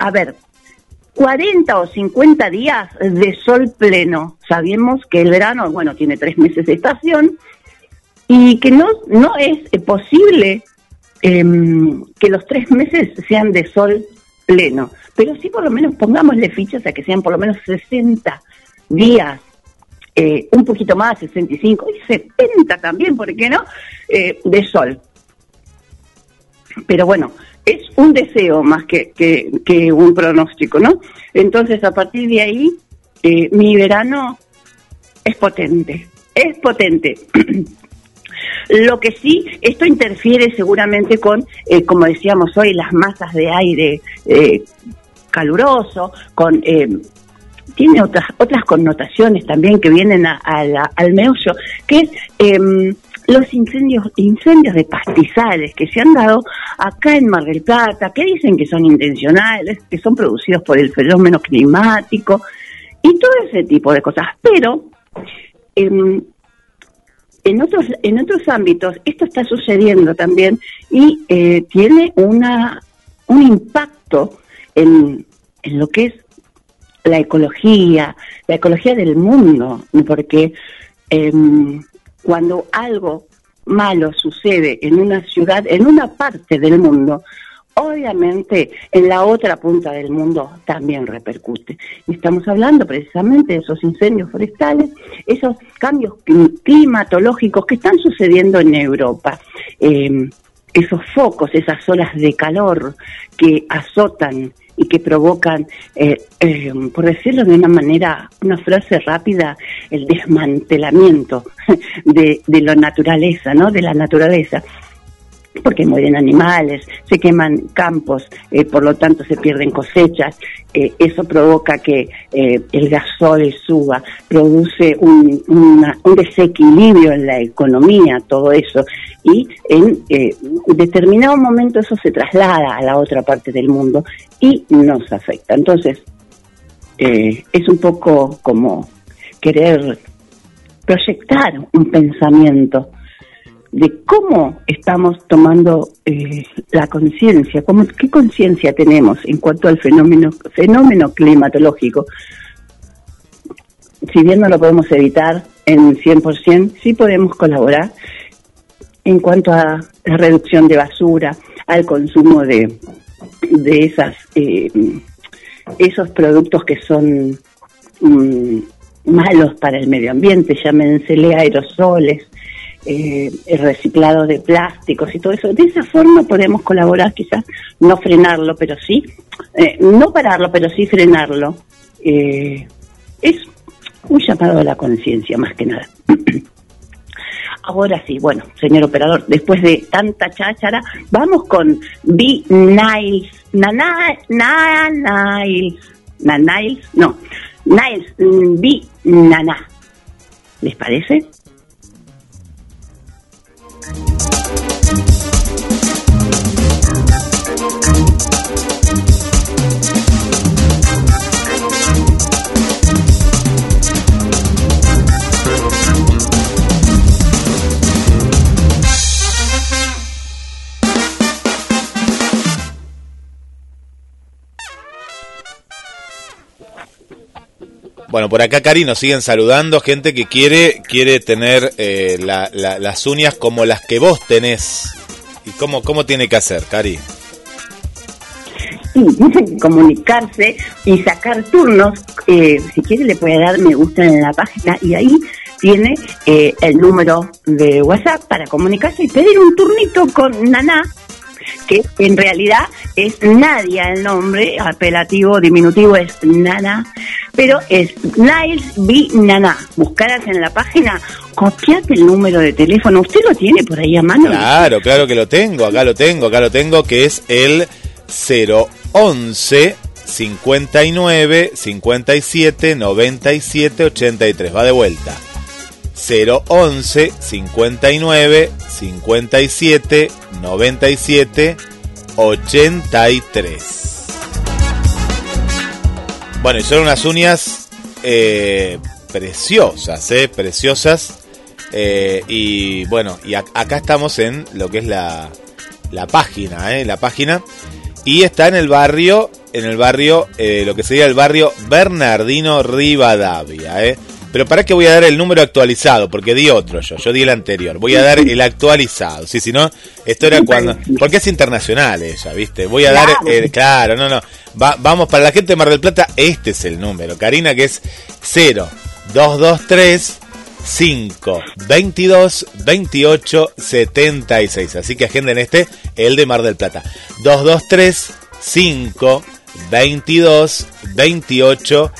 Speaker 4: 40 o 50 días de sol pleno. Sabemos que el verano, bueno, tiene 3 meses de estación y que no es posible que los 3 meses sean de sol pleno. Pero sí, por lo menos, pongámosle fichas a que sean por lo menos 60 días. Un poquito más, 65 y 70 también, ¿por qué no? De sol. Pero bueno, es un deseo más que un pronóstico, ¿no? Entonces, a partir de ahí, mi verano es potente, es potente. Lo que sí, esto interfiere seguramente con, como decíamos hoy, las masas de aire caluroso, con... tiene otras connotaciones también que vienen al meollo, que es los incendios de pastizales que se han dado acá en Mar del Plata, que dicen que son intencionales, que son producidos por el fenómeno climático y todo ese tipo de cosas. Pero en otros ámbitos esto está sucediendo también y tiene un impacto en lo que es la ecología del mundo, porque cuando algo malo sucede en una ciudad, en una parte del mundo, obviamente en la otra punta del mundo también repercute. Y estamos hablando precisamente de esos incendios forestales, esos cambios climatológicos que están sucediendo en Europa, esos focos, esas olas de calor que azotan y que provocan, por decirlo de una manera, una frase rápida, el desmantelamiento de la naturaleza, ¿no? De la naturaleza, porque mueren animales, se queman campos, por lo tanto se pierden cosechas, eso provoca que el gasol suba, produce un desequilibrio en la economía, todo eso, y en determinado momento eso se traslada a la otra parte del mundo y nos afecta. Entonces, es un poco como querer proyectar un pensamiento de cómo estamos tomando la conciencia, qué conciencia tenemos en cuanto al fenómeno climatológico. Si bien no lo podemos evitar en 100%, sí podemos colaborar en cuanto a la reducción de basura, al consumo de esos productos que son malos para el medio ambiente, llámensele aerosoles, el reciclado de plásticos y todo eso. De esa forma podemos colaborar, quizás no frenarlo, pero sí, no pararlo, pero sí frenarlo. Es un llamado a la conciencia, más que nada. ahora sí, bueno, señor operador, después de tanta cháchara, vamos con Niles, Naná. ¿Les parece?
Speaker 5: Bueno, por acá, Cari, nos siguen saludando gente que quiere tener las uñas como las que vos tenés. ¿Y cómo tiene que hacer, Cari?
Speaker 4: Sí, tienen que comunicarse y sacar turnos. Si quiere le puede dar me gusta en la página y ahí tiene el número de WhatsApp para comunicarse y pedir un turnito con Naná, que en realidad es Nadia el nombre, apelativo, diminutivo es Nana, pero es Niles B. Naná. Buscaras en la página, copiate el número de teléfono. ¿Usted lo tiene por ahí a mano?
Speaker 5: Claro que lo tengo, acá lo tengo, que es el 011 59 57 97 83. Va de vuelta. 011 59 57 97 83. Bueno, y son unas uñas preciosas, preciosas. Y bueno, y acá estamos en lo que es la página, la página. Y está en el barrio, lo que sería el barrio Bernardino Rivadavia, Pero para que voy a dar el número actualizado, porque di otro yo di el anterior. Voy a dar el actualizado. Sí, si no, esto era cuando... Porque es internacional ella, ¿viste? Voy a dar... claro, no. Vamos, para la gente de Mar del Plata, este es el número, Karina, que es 0223 5 22 28 76. Así que agenden el de Mar del Plata. 223 5 22 28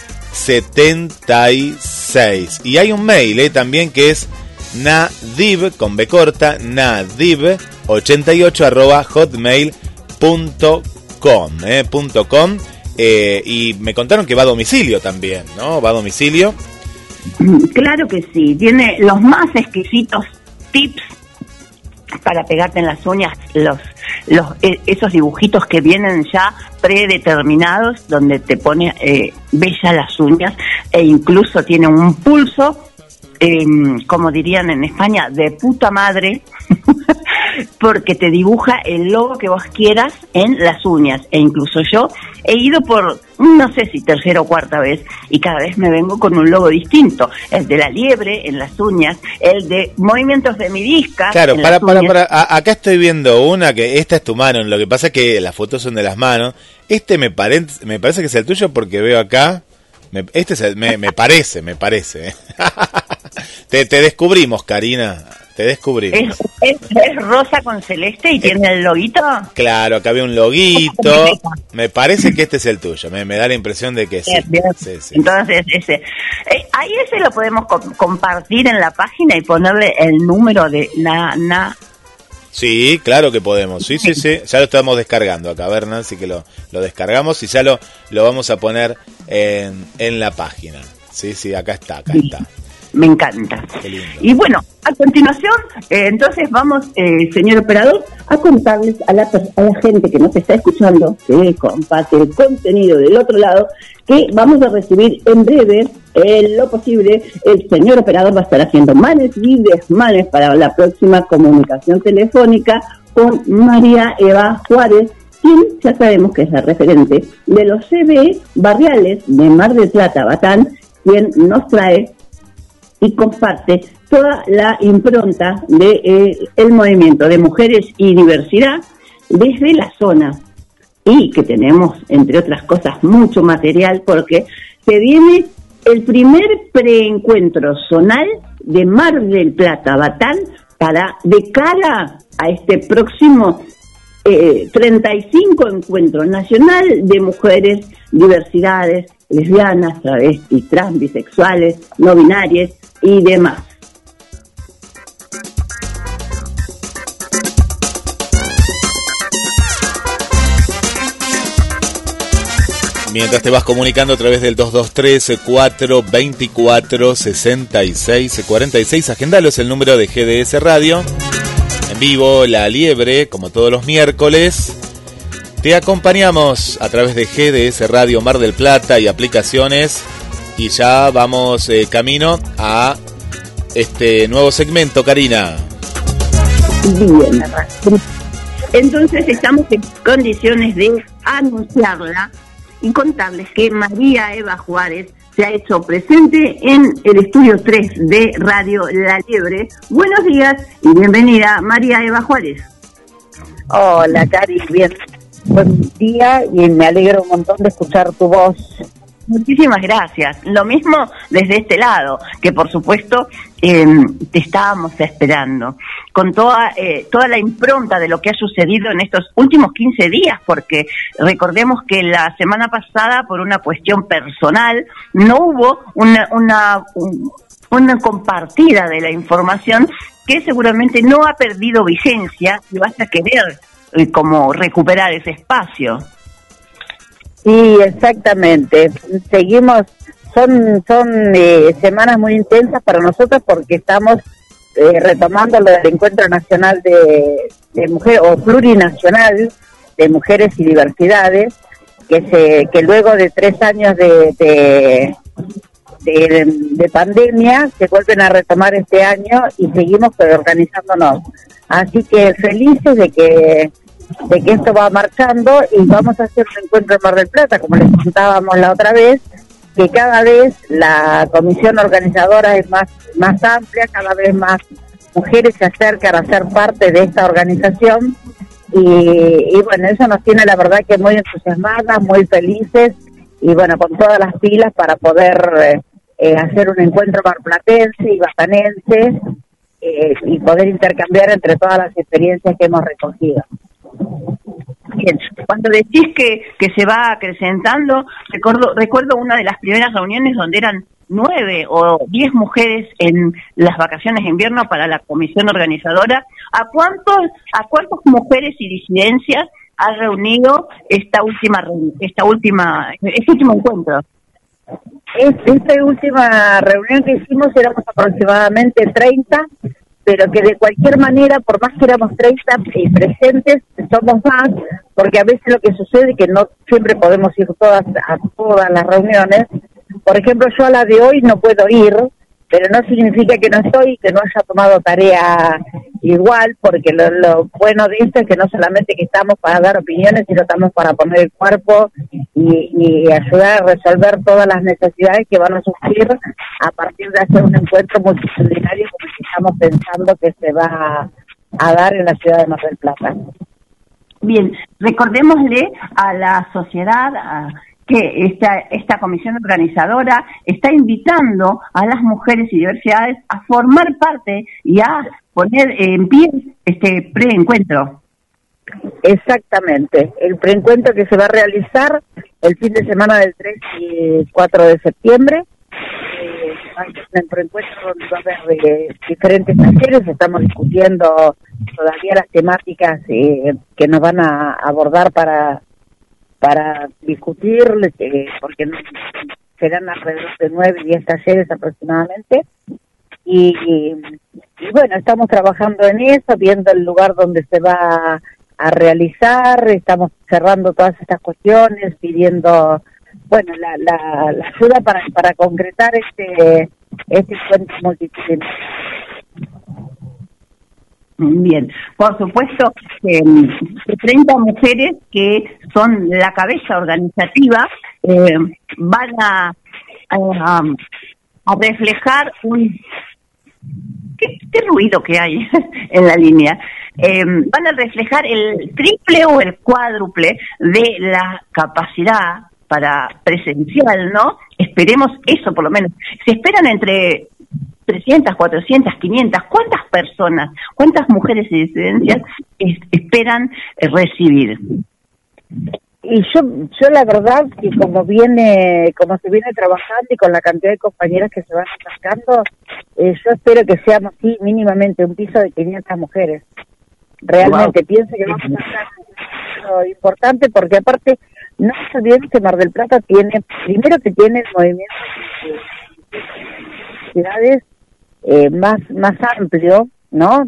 Speaker 5: 76. Y hay un mail también que es nadib con b corta nadib 88@hotmail.com. Y me contaron que va a domicilio también, ¿no? Va a domicilio.
Speaker 4: Claro que sí, tiene los más exquisitos tips para pegarte en las uñas, esos dibujitos que vienen ya predeterminados, donde te pone bella las uñas, e incluso tiene un pulso, como dirían en España, de puta madre, porque te dibuja el logo que vos quieras en las uñas. E incluso yo he ido por, no sé si tercera o cuarta vez, y cada vez me vengo con un logo distinto. El de la liebre en las uñas, el de movimientos de mi disca.
Speaker 5: Claro, para. Acá estoy viendo una que esta es tu mano. Lo que pasa es que las fotos son de las manos. Me parece que es el tuyo porque veo acá. Me parece. Te descubrimos, Karina. Te descubrimos.
Speaker 4: ¿Es rosa con celeste y tiene el loguito?
Speaker 5: Claro, acá había un loguito. Me parece que este es el tuyo. Me da la impresión de que sí.
Speaker 4: Bien. Sí. Entonces, ahí lo podemos compartir en la página y ponerle el número de Nana.
Speaker 5: Sí, claro que podemos. Sí. Ya lo estamos descargando acá. A ver, Nancy, que lo descargamos y ya lo vamos a poner en la página. Sí, acá está.
Speaker 4: Me encanta.
Speaker 5: Qué lindo.
Speaker 4: Y bueno, a continuación, entonces vamos, señor operador, a contarles a la gente que nos está escuchando, que comparte el contenido del otro lado, que vamos a recibir en breve, en lo posible, el señor operador va a estar haciendo manes y desmanes para la próxima comunicación telefónica con María Eva Juárez, quien ya sabemos que es la referente de los CBE barriales de Mar del Plata, Batán, quien nos trae y comparte toda la impronta de el movimiento de mujeres y diversidad desde la zona, y que tenemos, entre otras cosas, mucho material porque se viene el primer preencuentro zonal de Mar del Plata, Batán, de cara a este próximo 35 encuentro nacional de mujeres, diversidades, lesbianas, travestis, trans, bisexuales, no binarias y demás.
Speaker 5: Mientras te vas comunicando a través del 223-424-6646, agendalo, es el número de GDS Radio. En vivo, La Liebre, como todos los miércoles. Te acompañamos a través de GDS Radio Mar del Plata y aplicaciones. Y ya vamos camino a este nuevo segmento, Karina.
Speaker 4: Bien. Entonces estamos en condiciones de anunciarla y contarles que María Eva Juárez se ha hecho presente en el estudio 3 de Radio La Liebre. Buenos días y bienvenida, María Eva Juárez.
Speaker 7: Hola, Cari, bien. Buen día y me alegro un montón de escuchar tu voz.
Speaker 4: Muchísimas gracias. Lo mismo desde este lado, que por supuesto te estábamos esperando, con toda la impronta de lo que ha sucedido en estos últimos 15 días, porque recordemos que la semana pasada, por una cuestión personal, no hubo una compartida de la información que seguramente no ha perdido vigencia y vas a querer como recuperar ese espacio.
Speaker 7: Sí, exactamente. Seguimos, son semanas muy intensas para nosotros porque estamos retomando lo del Encuentro Nacional de Mujeres, o Plurinacional de Mujeres y Diversidades, que luego de 3 años de pandemia se vuelven a retomar este año y seguimos organizándonos. Así que felices de que esto va marchando y vamos a hacer un encuentro en Mar del Plata, como les contábamos la otra vez, que cada vez la comisión organizadora es más amplia, cada vez más mujeres se acercan a ser parte de esta organización y bueno, eso nos tiene la verdad que muy entusiasmadas, muy felices y bueno, con todas las pilas para poder hacer un encuentro marplatense y batanense y poder intercambiar entre todas las experiencias que hemos recogido.
Speaker 4: Bien, cuando decís que se va acrecentando, recuerdo una de las primeras reuniones donde eran 9 o 10 mujeres en las vacaciones de invierno para la comisión organizadora. ¿A cuántas mujeres y disidencias ha reunido este último encuentro?
Speaker 7: Esta última reunión que hicimos éramos aproximadamente 30, pero que de cualquier manera, por más que éramos 30 presentes, somos más, porque a veces lo que sucede es que no siempre podemos ir a todas las reuniones. Por ejemplo, yo a la de hoy no puedo ir, pero no significa que no estoy y que no haya tomado tarea igual, porque lo bueno de esto es que no solamente que estamos para dar opiniones, sino estamos para poner el cuerpo y ayudar a resolver todas las necesidades que van a surgir a partir de hacer un encuentro multitudinario como el que estamos pensando que se va a dar en la ciudad de Mar del Plata.
Speaker 4: Bien, recordémosle a la sociedad que esta comisión organizadora está invitando a las mujeres y diversidades a formar parte y a poner en pie este preencuentro.
Speaker 7: Exactamente, el preencuentro que se va a realizar el fin de semana del 3 y 4 de septiembre. En el preencuentro donde va a haber diferentes talleres, estamos discutiendo todavía las temáticas que nos van a abordar para discutir, porque serán alrededor de 9 y 10 talleres aproximadamente. Y bueno, estamos trabajando en eso, viendo el lugar donde se va a realizar, estamos cerrando todas estas cuestiones, pidiendo, bueno, la ayuda para concretar este encuentro multitudinario.
Speaker 4: Bien, por supuesto, 30 mujeres que son la cabeza organizativa van a reflejar ¿Qué ruido que hay en la línea? Van a reflejar el triple o el cuádruple de la capacidad para presencial, ¿no? Esperemos eso por lo menos. Se esperan entre 300, 400, 500, ¿cuántas personas, cuántas mujeres y disidencias esperan recibir?
Speaker 7: Y yo la verdad que como se viene trabajando y con la cantidad de compañeras que se van acercando, yo espero que seamos sí, mínimamente un piso de 500 mujeres. Realmente pienso que vamos a hacer algo importante porque aparte No nos olvidemos que Mar del Plata tiene, primero que tiene el movimiento de ciudades más amplio, ¿no?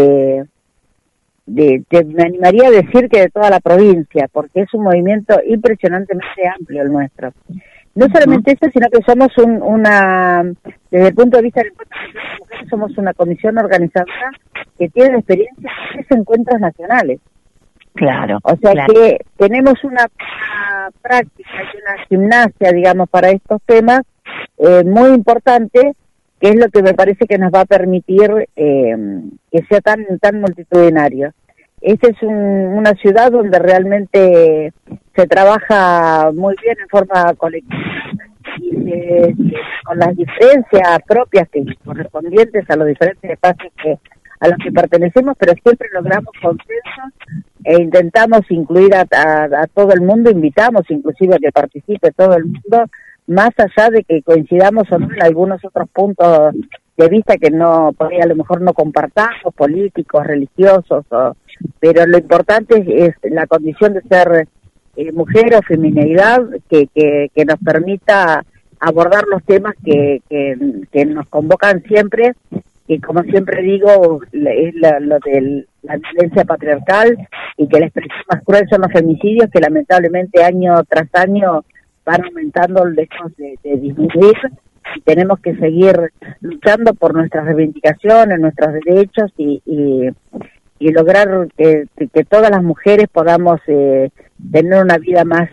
Speaker 7: Me animaría a decir que de toda la provincia, porque es un movimiento impresionantemente amplio el nuestro. No solamente eso, sino que somos desde el punto de vista del encuentro de las mujeres, somos una comisión organizadora que tiene experiencia en 3 encuentros nacionales.
Speaker 4: Claro.
Speaker 7: O sea
Speaker 4: claro.
Speaker 7: que tenemos una práctica y una gimnasia, digamos, para estos temas muy importante, que es lo que me parece que nos va a permitir que sea tan multitudinario. Esta es una ciudad donde realmente se trabaja muy bien en forma colectiva y con las diferencias propias que correspondientes a los diferentes espacios a los que pertenecemos, pero siempre logramos consensos e intentamos incluir a todo el mundo, invitamos inclusive a que participe todo el mundo, más allá de que coincidamos o no en algunos otros puntos de vista que por ahí a lo mejor no compartamos, políticos, religiosos, pero lo importante es la condición de ser mujer o feminidad que nos permita abordar los temas que nos convocan siempre, y como siempre digo, es lo de la violencia patriarcal, y que la expresión más cruel son los femicidios, que lamentablemente año tras año van aumentando lejos de disminuir, y tenemos que seguir luchando por nuestras reivindicaciones, nuestros derechos, y lograr que todas las mujeres podamos tener una vida más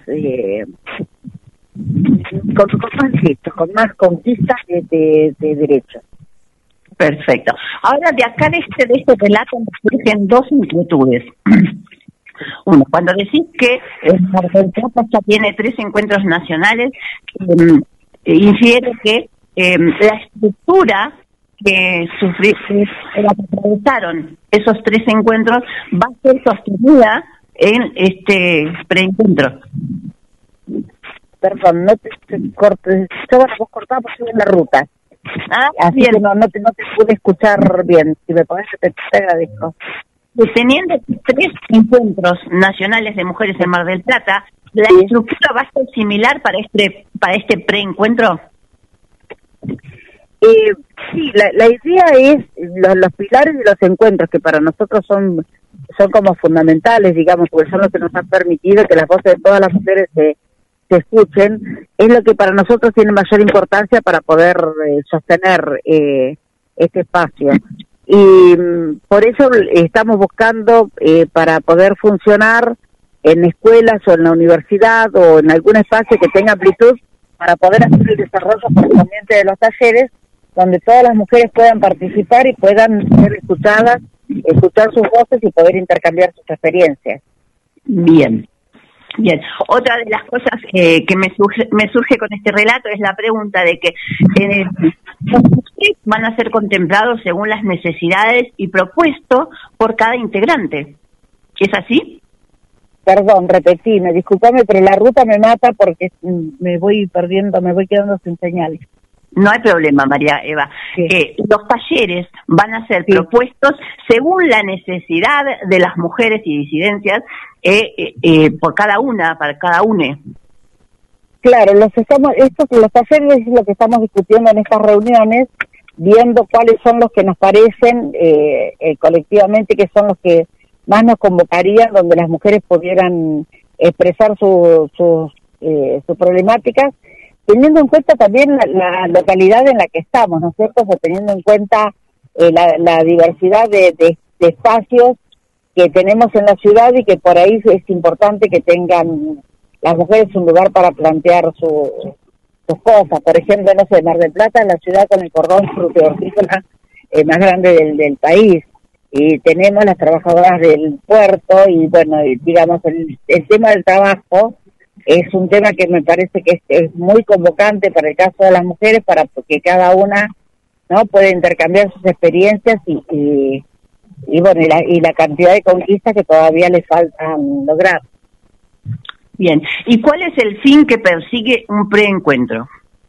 Speaker 7: con más conquistas de derechos.
Speaker 4: Perfecto. Ahora, de acá de este relato me surgen 2 inquietudes. Uno, cuando decís que Mar del Plata ya tiene 3 encuentros nacionales, infiere que la estructura que atravesaron esos 3 encuentros va a ser sostenida en este preencuentro.
Speaker 7: Perdón, no te cortes, vos cortabas porque estoy en la ruta. Así bien. Que no te pude escuchar bien. Si me podés repetir, te agradezco.
Speaker 4: Teniendo 3 encuentros nacionales de mujeres en Mar del Plata, ¿la estructura va a ser similar para este preencuentro?
Speaker 7: Sí, la idea es los pilares de los encuentros, que para nosotros son como fundamentales, digamos, porque son los que nos han permitido que las voces de todas las mujeres se escuchen, es lo que para nosotros tiene mayor importancia para poder sostener este espacio. Y por eso estamos buscando para poder funcionar en escuelas o en la universidad o en algún espacio que tenga amplitud, para poder hacer el desarrollo correspondiente de los talleres, donde todas las mujeres puedan participar y puedan ser escuchadas, escuchar sus voces y poder intercambiar sus experiencias.
Speaker 4: Bien. Otra de las cosas que me surge con este relato es la pregunta de que los talleres van a ser contemplados según las necesidades y propuestos por cada integrante. ¿Es así?
Speaker 7: Perdón, repetime, discúlpame, pero la ruta me mata porque me voy quedando sin señal.
Speaker 4: No hay problema, María Eva.
Speaker 7: Sí.
Speaker 4: Los talleres van a ser propuestos según la necesidad de las mujeres y disidencias por cada una, para cada une.
Speaker 7: Claro, los talleres es lo que estamos discutiendo en estas reuniones, viendo cuáles son los que nos parecen colectivamente que son los que más nos convocarían, donde las mujeres pudieran expresar sus problemáticas, teniendo en cuenta también la localidad en la que estamos, ¿no es cierto? O sea, teniendo en cuenta la diversidad de espacios que tenemos en la ciudad, y que por ahí es importante que tengan las mujeres un lugar para plantear sus cosas. Por ejemplo, no sé, Mar del Plata es la ciudad con el cordón frutícola más grande del país, y tenemos las trabajadoras del puerto, y bueno, digamos, el tema del trabajo es un tema que me parece que es muy convocante para el caso de las mujeres, para que cada una no pueda intercambiar sus experiencias y bueno, y la cantidad de conquistas que todavía le faltan lograr.
Speaker 4: Bien, ¿y cuál es el fin que persigue un preencuentro?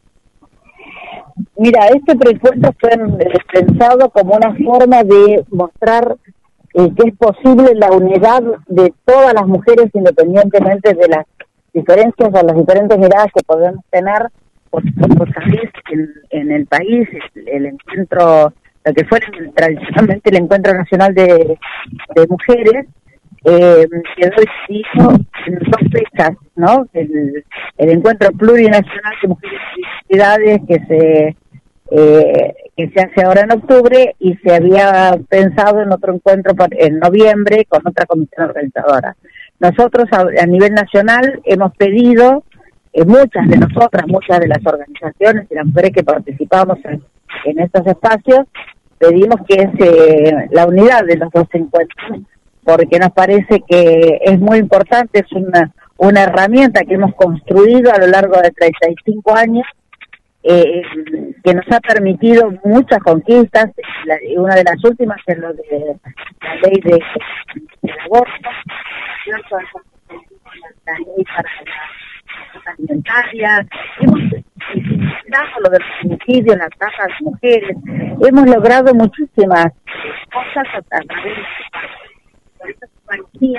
Speaker 7: Mira, este preencuentro fue pensado como una forma de mostrar que es posible la unidad de todas las mujeres, independientemente de las diferencias o las diferentes miradas que podemos tener, por saber en el país, el encuentro, lo que fue tradicionalmente el Encuentro Nacional de Mujeres, quedó decidido en 2 fechas, ¿no? El Encuentro Plurinacional de Mujeres y Diversidades que se hace ahora en octubre, y se había pensado en otro encuentro en noviembre con otra comisión organizadora. Nosotros a nivel nacional hemos pedido, muchas de las organizaciones y las mujeres que participamos en estos espacios, pedimos que es la unidad de los 2 encuentros, porque nos parece que es muy importante, es una herramienta que hemos construido a lo largo de 35 años, que nos ha permitido muchas conquistas. Una de las últimas es lo de la ley del aborto, la ley para la alimentaria, hemos dado lo del femicidio, la tasa de mujeres, hemos logrado muchísimas cosas a través de esta compañía,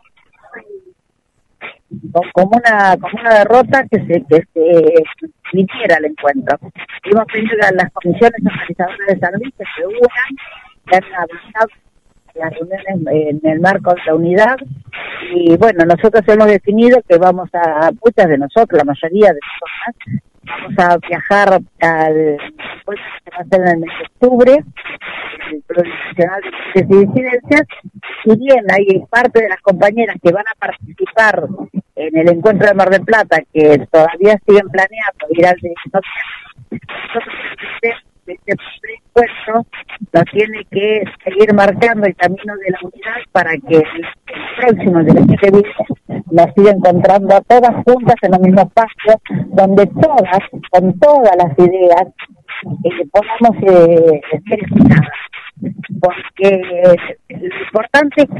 Speaker 7: como una derrota que se viniera al encuentro. Hemos pedido a las comisiones organizadoras de salud que se unan, que han avanzado las reuniones en el marco de la unidad, y bueno, nosotros hemos definido que muchas de nosotros, la mayoría de nosotras, vamos a viajar al pues, que va a ser en el mes de octubre, el Plurinacional de Mujeres y Disidencias. Si bien hay parte de las compañeras que van a participar en el encuentro de Mar del Plata, que todavía siguen planeando ir al de nosotros, este presupuesto nos tiene que seguir marcando el camino de la unidad para que el próximo del año que viene nos siga encontrando a todas juntas en el mismo espacio, donde todas, con todas las ideas, podamos ser escuchadas. Porque lo importante es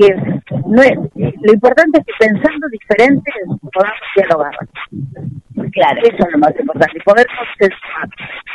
Speaker 7: que pensando diferente podamos dialogar. Claro, eso es lo más importante, poder consensuar.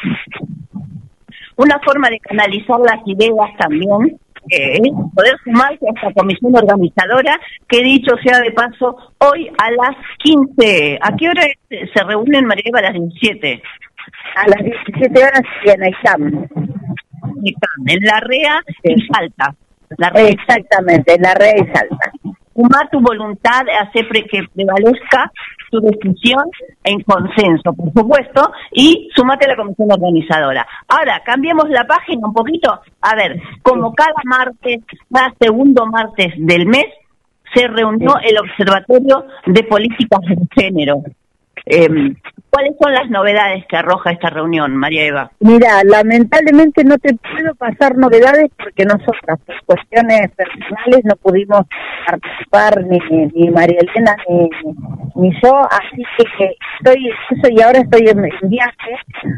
Speaker 4: Una forma de canalizar las ideas también es poder sumarse a esta comisión organizadora, que dicho sea de paso, hoy a las 15. ¿A qué hora se reúnen, María Eva? A las 17.
Speaker 7: A las 17 horas en ICAM.
Speaker 4: En la REA y Salta.
Speaker 7: Exactamente, en la REA y Salta.
Speaker 4: Sumar tu voluntad, hacer que prevalezca tu decisión en consenso, por supuesto, y sumate a la comisión organizadora. Ahora, cambiemos la página un poquito. A ver, como cada segundo martes del mes, se reunió el Observatorio de Políticas de Género. ¿Cuáles son las novedades que arroja esta reunión, María Eva?
Speaker 7: Mira, lamentablemente no te puedo pasar novedades porque nosotras, por cuestiones personales, no pudimos participar ni María Elena ni yo, así que ahora estoy en viaje,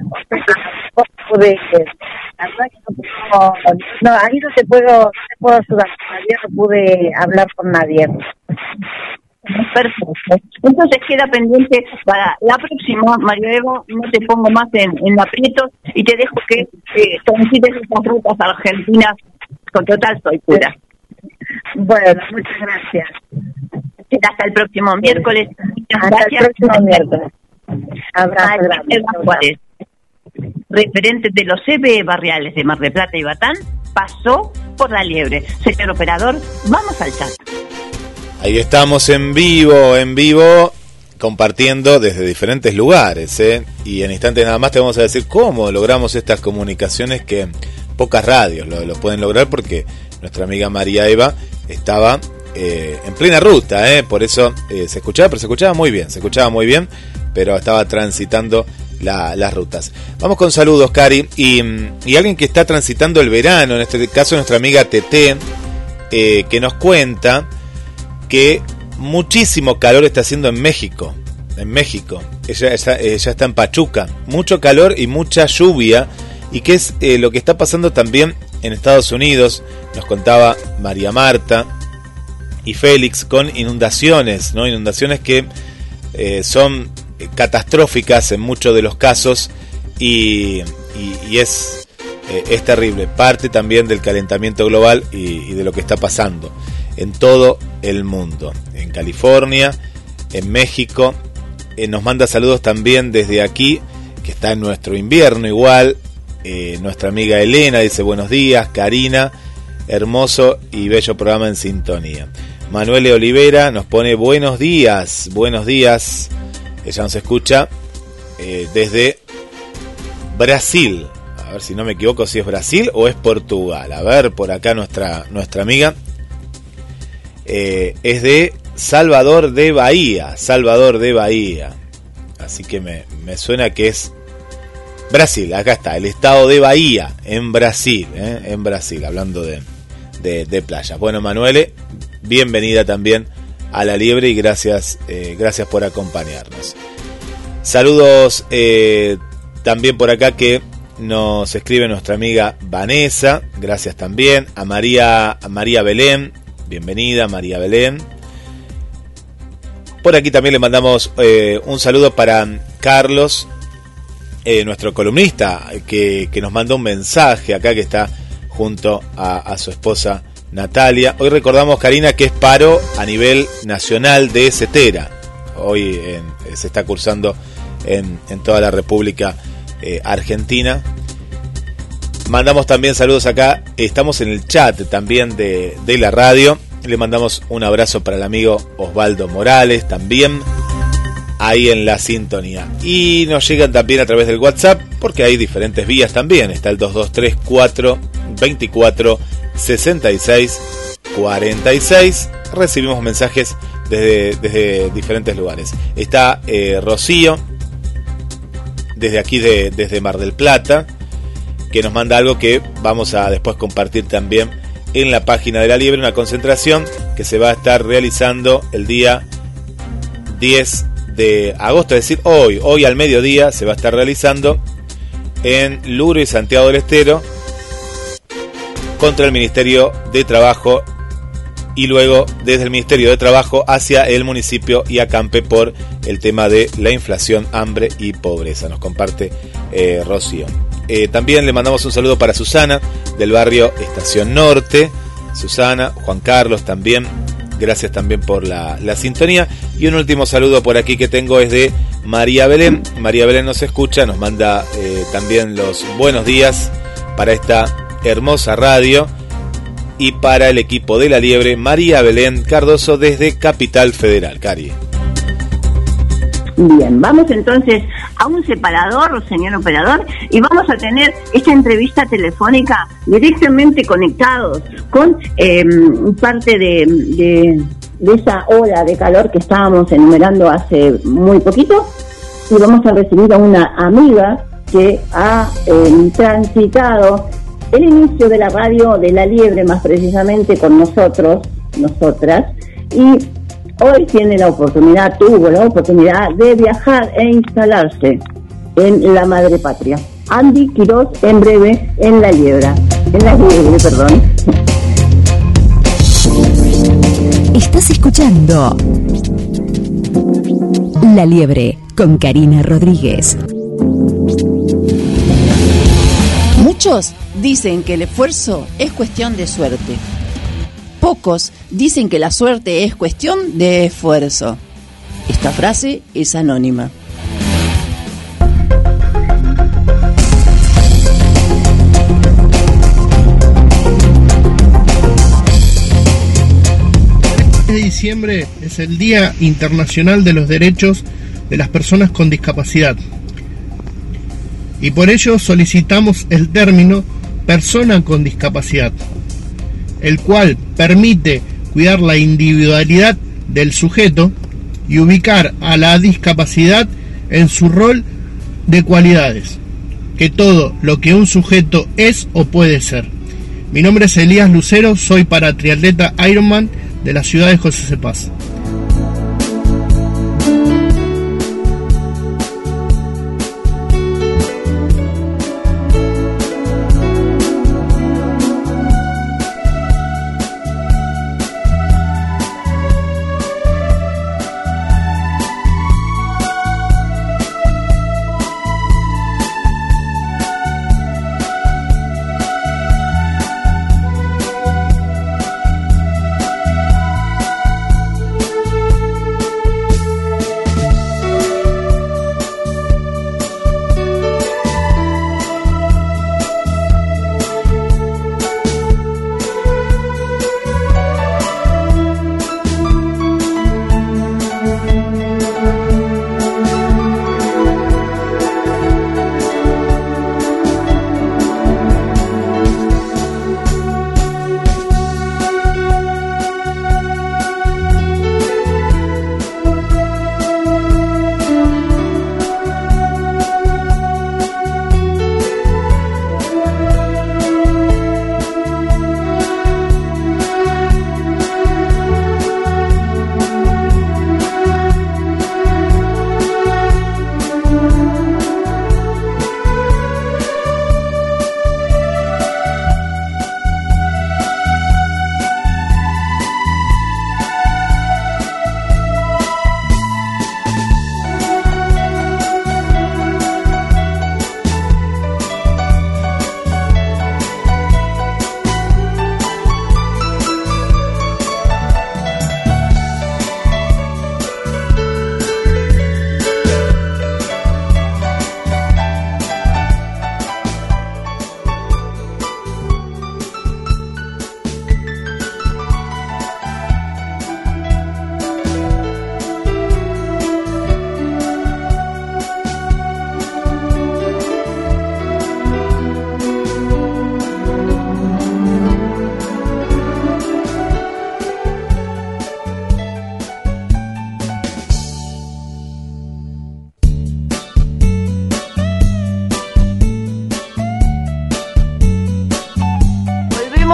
Speaker 7: ahí no te puedo ayudar, todavía no pude hablar con nadie.
Speaker 4: Perfecto. Entonces queda pendiente para la próxima, María Eva, no te pongo más en aprietos y te dejo que transites estas rutas argentinas con total soltura.
Speaker 7: Bueno, muchas gracias.
Speaker 4: Hasta el próximo miércoles.
Speaker 7: Hasta el próximo miércoles. Abrazo grande.
Speaker 4: Juárez, referente de los CBE barriales de Mar del Plata y Batán, pasó por La Liebre. Señor operador, vamos al chat.
Speaker 5: Ahí estamos en vivo, compartiendo desde diferentes lugares, y en instantes nada más te vamos a decir cómo logramos estas comunicaciones que pocas radios lo pueden lograr, porque nuestra amiga María Eva estaba en plena ruta, por eso se escuchaba muy bien, pero estaba transitando las rutas. Vamos con saludos, Cari, y alguien que está transitando el verano, en este caso nuestra amiga Teté, que nos cuenta que muchísimo calor está haciendo en México. Ella está en Pachuca. Mucho calor y mucha lluvia. Y que es lo que está pasando también en Estados Unidos. Nos contaba María Marta y Félix, con inundaciones, ¿no? Inundaciones que son catastróficas en muchos de los casos. Y es terrible. Parte también del calentamiento global y de lo que está pasando en todo el mundo, en California, en México nos manda saludos también desde aquí, que está en nuestro invierno igual. Nuestra amiga Elena dice buenos días, Karina, hermoso y bello programa en sintonía. Manuel Olivera nos pone buenos días. Ella nos escucha desde Brasil. A ver si no me equivoco, si es Brasil o es Portugal. A ver, por acá nuestra amiga es de Salvador de Bahía. Así que me suena que es Brasil. Acá está, el estado de Bahía, en Brasil, hablando de playas. Bueno, Manuele, bienvenida también a La Liebre y gracias por acompañarnos. Saludos también por acá que nos escribe nuestra amiga Vanessa, gracias también a María Belén, bienvenida María Belén. Por aquí también le mandamos un saludo para Carlos, nuestro columnista, que nos mandó un mensaje acá, que está junto a su esposa Natalia. Hoy recordamos, Karina, que es paro a nivel nacional de Cetera. Hoy se está cursando en toda la República Argentina. Mandamos también saludos acá. Estamos en el chat también de la radio. Le mandamos un abrazo para el amigo Osvaldo Morales también, ahí en la sintonía. Y nos llegan también a través del WhatsApp, porque hay diferentes vías también. Está el 2234-24-66-46. Recibimos mensajes desde diferentes lugares. Está Rocío, desde aquí, desde Mar del Plata, que nos manda algo que vamos a después compartir también en la página de La Liebre, una concentración que se va a estar realizando el día 10 de agosto, es decir, hoy al mediodía se va a estar realizando en Luro y Santiago del Estero contra el Ministerio de Trabajo, y luego desde el Ministerio de Trabajo hacia el municipio y acampe por el tema de la inflación, hambre y pobreza. Nos comparte Rocío. También le mandamos un saludo para Susana del barrio Estación Norte. Susana, Juan Carlos también, gracias también por la sintonía. Y un último saludo por aquí que tengo es de María Belén. María Belén nos escucha, nos manda también los buenos días para esta hermosa radio y para el equipo de La Liebre. María Belén Cardoso desde Capital Federal. Cari.
Speaker 4: Bien, vamos entonces a un separador, señor operador, y vamos a tener esta entrevista telefónica directamente conectados con parte de esa ola de calor que estábamos enumerando hace muy poquito, y vamos a recibir a una amiga que ha transitado el inicio de la radio de La Liebre, más precisamente con nosotras, y hoy tuvo la oportunidad de viajar e instalarse en la madre patria. Andy Quiroz, en breve, en La Liebre.
Speaker 2: Estás escuchando La Liebre con Karina Rodríguez.
Speaker 9: Muchos dicen que el esfuerzo es cuestión de suerte. Pocos dicen que la suerte es cuestión de esfuerzo. Esta frase es anónima.
Speaker 10: El 10 de diciembre es el Día Internacional de los Derechos de las Personas con Discapacidad. Y por ello solicitamos el término persona con discapacidad, el cual permite cuidar la individualidad del sujeto y ubicar a la discapacidad en su rol de cualidades, que todo lo que un sujeto es o puede ser. Mi nombre es Elías Lucero, soy paratriatleta Ironman de la ciudad de José Cepaz.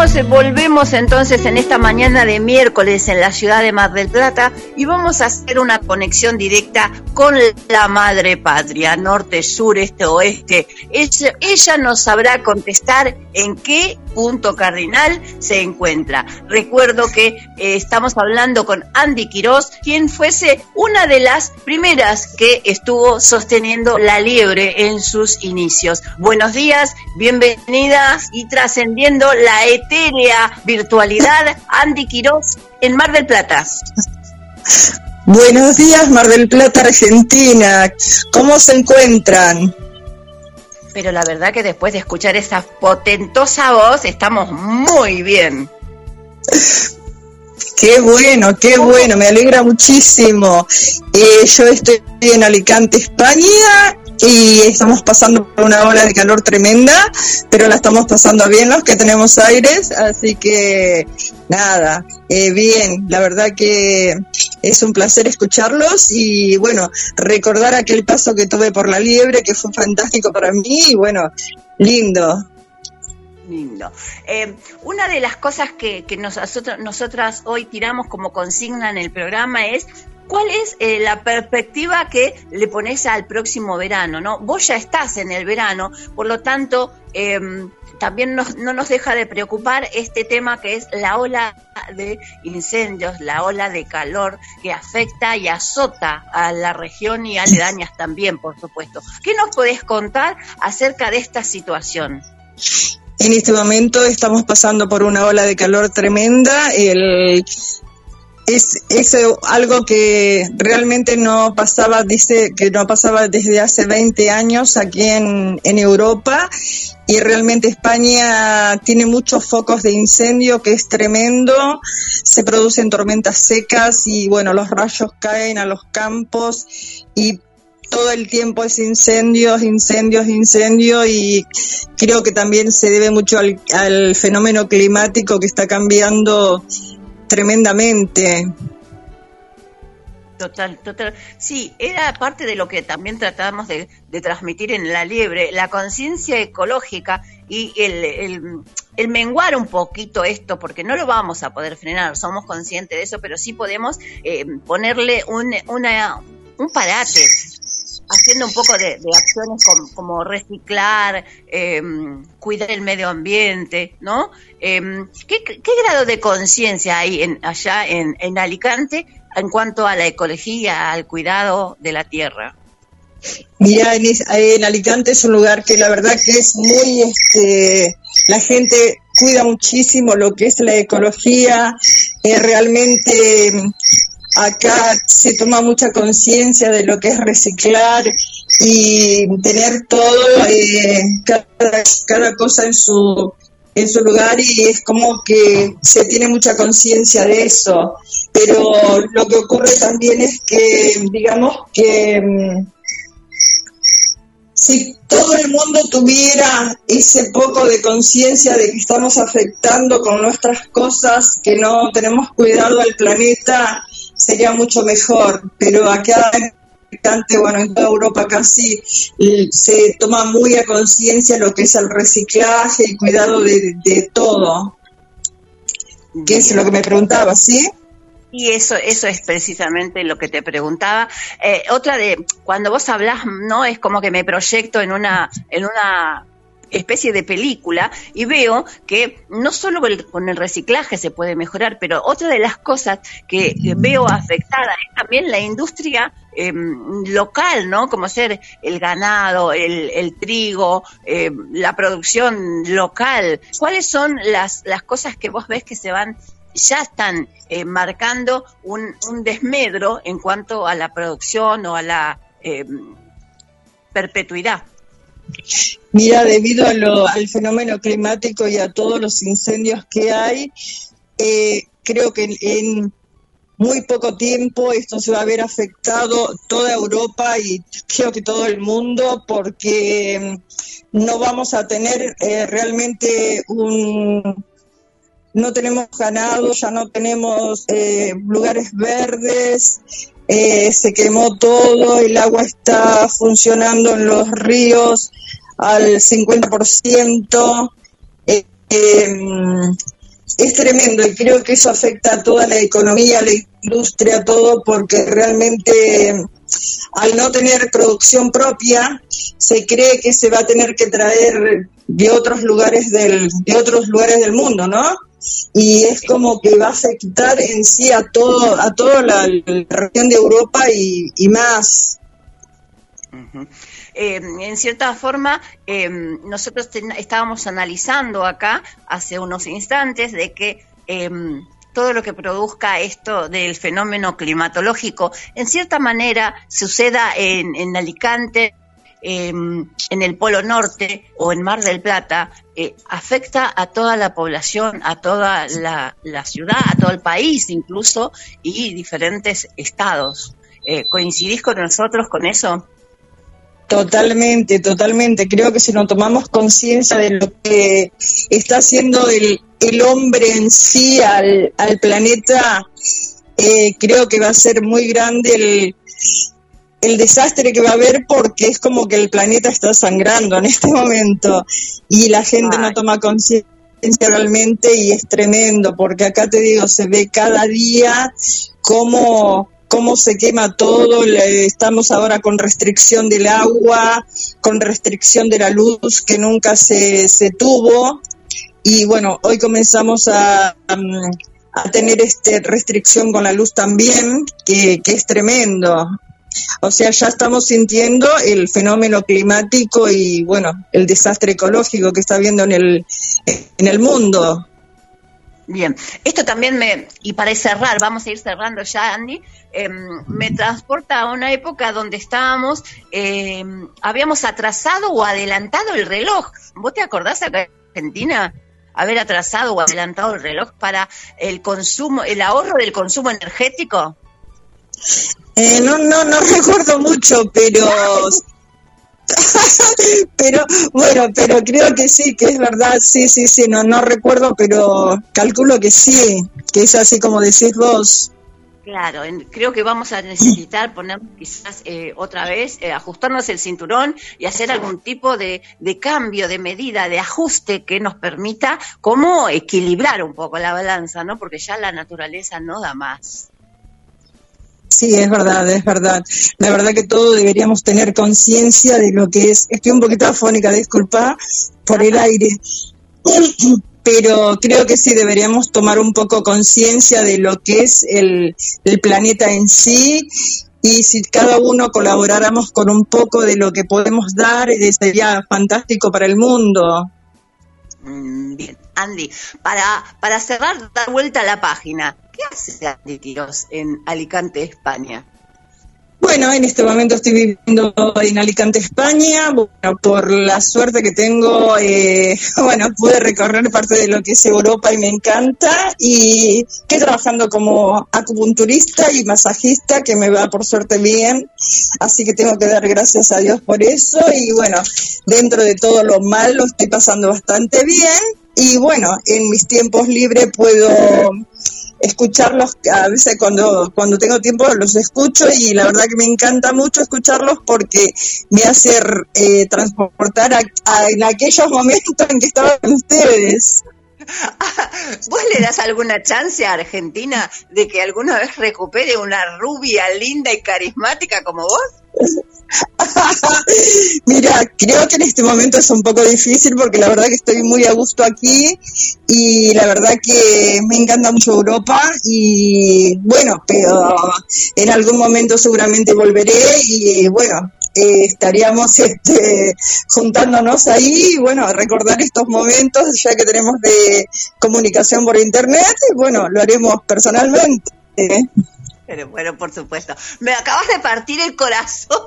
Speaker 11: volvemos entonces en esta mañana de miércoles en la ciudad de Mar del Plata y vamos a hacer una conexión directa con la madre patria, norte, sur, este, oeste. Ella nos sabrá contestar en qué punto cardinal se encuentra. Recuerdo que estamos hablando con Andy Quirós, quien fuese una de las primeras que estuvo sosteniendo la liebre en sus inicios. Buenos días, bienvenida y trascendiendo la etérea virtualidad, Andy Quirós en Mar del Plata.
Speaker 12: Buenos días, Mar del Plata, Argentina. ¿Cómo se encuentran?
Speaker 11: Pero la verdad que después de escuchar esa potentosa voz, estamos muy bien.
Speaker 12: Qué bueno, me alegra muchísimo. Yo estoy en Alicante, España, y estamos pasando por una ola de calor tremenda, pero la estamos pasando bien los que tenemos aires, así que nada, bien, la verdad que es un placer escucharlos y bueno, recordar aquel paso que tuve por la liebre, que fue fantástico para mí y bueno, lindo.
Speaker 11: Una de las cosas que nosotras hoy tiramos como consigna en el programa es ¿cuál es la perspectiva que le pones al próximo verano, ¿no? Vos ya estás en el verano, por lo tanto también no nos deja de preocupar este tema que es la ola de incendios, la ola de calor que afecta y azota a la región y aledañas también, por supuesto. ¿Qué nos podés contar acerca de esta situación?
Speaker 12: En este momento estamos pasando por una ola de calor tremenda. Es algo que realmente no pasaba, dice que no pasaba desde hace 20 años aquí en Europa, y realmente España tiene muchos focos de incendio, que es tremendo. Se producen tormentas secas y bueno, los rayos caen a los campos y todo el tiempo es incendios, y creo que también se debe mucho al fenómeno climático que está cambiando tremendamente.
Speaker 11: Total. Sí, era parte de lo que también tratábamos de transmitir en la liebre, la conciencia ecológica y el menguar un poquito esto, porque no lo vamos a poder frenar, somos conscientes de eso, pero sí podemos ponerle un parate, haciendo un poco de acciones como reciclar, cuidar el medio ambiente, ¿no? ¿Qué grado de conciencia hay allá en Alicante en cuanto a la ecología, al cuidado de la tierra?
Speaker 12: Mira, en Alicante es un lugar que la verdad que es muy, la gente cuida muchísimo lo que es la ecología, realmente acá se toma mucha conciencia de lo que es reciclar y tener todo, cada cosa en su lugar, y es como que se tiene mucha conciencia de eso. Pero lo que ocurre también es que, digamos que si todo el mundo tuviera ese poco de conciencia de que estamos afectando con nuestras cosas, que no tenemos cuidado al planeta, sería mucho mejor. Pero acá en Alicante, bueno, en toda Europa casi se toma muy a conciencia lo que es el reciclaje y cuidado de todo. ¿Qué es lo que me preguntaba, sí?
Speaker 11: Y eso es precisamente lo que te preguntaba. Otra de, cuando vos hablás, ¿no? Es como que me proyecto en una especie de película y veo que no solo con el reciclaje se puede mejorar, pero otra de las cosas que veo afectada es también la industria local, ¿no? Como ser el ganado, el trigo, la producción local. ¿Cuáles son las cosas que vos ves que ya están marcando un desmedro en cuanto a la producción o a la perpetuidad?
Speaker 12: Mira, debido al fenómeno climático y a todos los incendios que hay, creo que en muy poco tiempo esto se va a ver afectado toda Europa y creo que todo el mundo, porque no vamos a tener realmente no tenemos ganado, ya no tenemos lugares verdes, se quemó todo, el agua está funcionando en los ríos al 50%, es tremendo y creo que eso afecta a toda la economía, la industria, todo, porque realmente al no tener producción propia se cree que se va a tener que traer de otros lugares del mundo, ¿no? Y es como que va a afectar en sí a toda la región de Europa y más.
Speaker 11: Uh-huh. En cierta forma, nosotros estábamos analizando acá hace unos instantes de que todo lo que produzca esto del fenómeno climatológico, en cierta manera suceda en Alicante, en el Polo Norte o en Mar del Plata, afecta a toda la población, a toda la ciudad, a todo el país incluso, y diferentes estados. ¿Coincidís con nosotros con eso?
Speaker 12: Totalmente. Creo que si no tomamos conciencia de lo que está haciendo el hombre en sí al planeta, creo que va a ser muy grande el desastre que va a haber, porque es como que el planeta está sangrando en este momento y la gente no toma conciencia realmente, y es tremendo, porque acá te digo, se ve cada día cómo se quema todo. Estamos ahora con restricción del agua, con restricción de la luz que nunca se tuvo, y bueno, hoy comenzamos a tener restricción con la luz también, que es tremendo. O sea, ya estamos sintiendo el fenómeno climático y bueno, el desastre ecológico que está habiendo en el mundo.
Speaker 11: Bien, esto también y para cerrar, vamos a ir cerrando ya, Andy, me transporta a una época donde habíamos atrasado o adelantado el reloj. ¿Vos te acordás acá en Argentina haber atrasado o adelantado el reloj para el consumo, el ahorro del consumo energético?
Speaker 12: No recuerdo mucho, pero pero creo que sí, que es verdad, sí, no recuerdo, pero calculo que sí, que es así como decís vos.
Speaker 11: Claro, creo que vamos a necesitar poner quizás otra vez, ajustarnos el cinturón y hacer algún tipo de cambio, de medida, de ajuste que nos permita cómo equilibrar un poco la balanza, ¿no? Porque ya la naturaleza no da más.
Speaker 12: Sí, es verdad. La verdad que todos deberíamos tener conciencia de lo que es. Estoy un poquito afónica, disculpa por el aire. Pero creo que sí deberíamos tomar un poco conciencia de lo que es el planeta en sí, y si cada uno colaboráramos con un poco de lo que podemos dar, sería fantástico para el mundo.
Speaker 11: Bien, Andy, para cerrar, dar vuelta a la página, ¿qué hace Andy Quirós en Alicante, España?
Speaker 12: Bueno, en este momento estoy viviendo en Alicante, España. Bueno, por la suerte que tengo, pude recorrer parte de lo que es Europa y me encanta. Y estoy trabajando como acupunturista y masajista, que me va por suerte bien. Así que tengo que dar gracias a Dios por eso. Y bueno, dentro de todo lo malo estoy pasando bastante bien. Y bueno, en mis tiempos libres puedo escucharlos, a veces cuando tengo tiempo los escucho, y la verdad que me encanta mucho escucharlos porque me hace transportar en aquellos momentos en que estaba con ustedes.
Speaker 11: ¿Vos le das alguna chance a Argentina de que alguna vez recupere una rubia linda y carismática como vos?
Speaker 12: Mira, creo que en este momento es un poco difícil porque la verdad que estoy muy a gusto aquí y la verdad que me encanta mucho Europa y bueno, pero en algún momento seguramente volveré y bueno, estaríamos juntándonos ahí y bueno, recordar estos momentos ya que tenemos de comunicación por internet y bueno, lo haremos personalmente.
Speaker 11: Pero bueno, por supuesto. Me acabas de partir el corazón.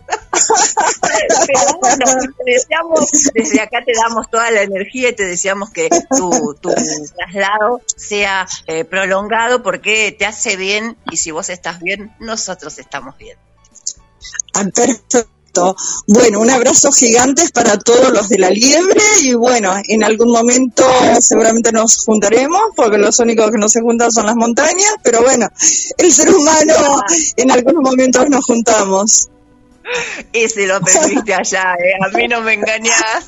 Speaker 11: Pero bueno, te deseamos, desde acá te damos toda la energía y te deseamos que tu traslado sea prolongado porque te hace bien y si vos estás bien, nosotros estamos bien.
Speaker 12: Perfecto. Bueno, un abrazo gigante para todos los de La Liebre y bueno, en algún momento seguramente nos juntaremos porque los únicos que no se juntan son las montañas, pero bueno, el ser humano en algunos momentos nos juntamos.
Speaker 11: Ese lo aprendiste allá, a mí no me engañás.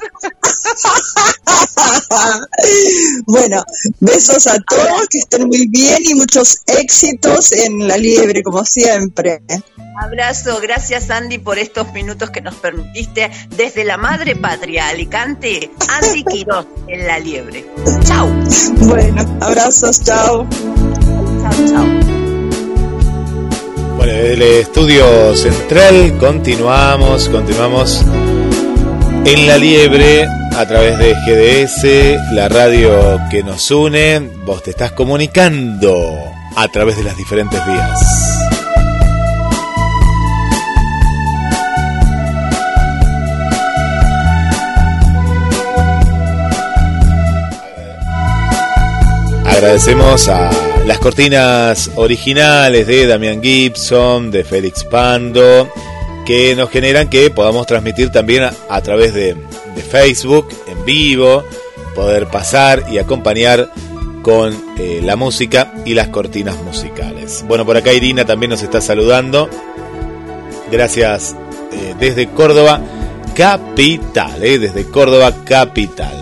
Speaker 12: Bueno, besos a todos, que estén muy bien y muchos éxitos en La Liebre, como siempre.
Speaker 11: Abrazo, gracias Andy por estos minutos que nos permitiste desde la madre patria, Alicante, Andy Quirós en La Liebre. Chau.
Speaker 12: Bueno, abrazos, chau.
Speaker 11: Chau, chau.
Speaker 5: Bueno, el estudio central continuamos en La Liebre a través de GDS, la radio que nos une. Vos te estás comunicando a través de las diferentes vías. Agradecemos a las cortinas originales de Damián Gibson, de Félix Pando, que nos generan que podamos transmitir también a través de Facebook, en vivo, poder pasar y acompañar con la música y las cortinas musicales. Bueno, por acá Irina también nos está saludando. Gracias desde Córdoba Capital, desde Córdoba Capital.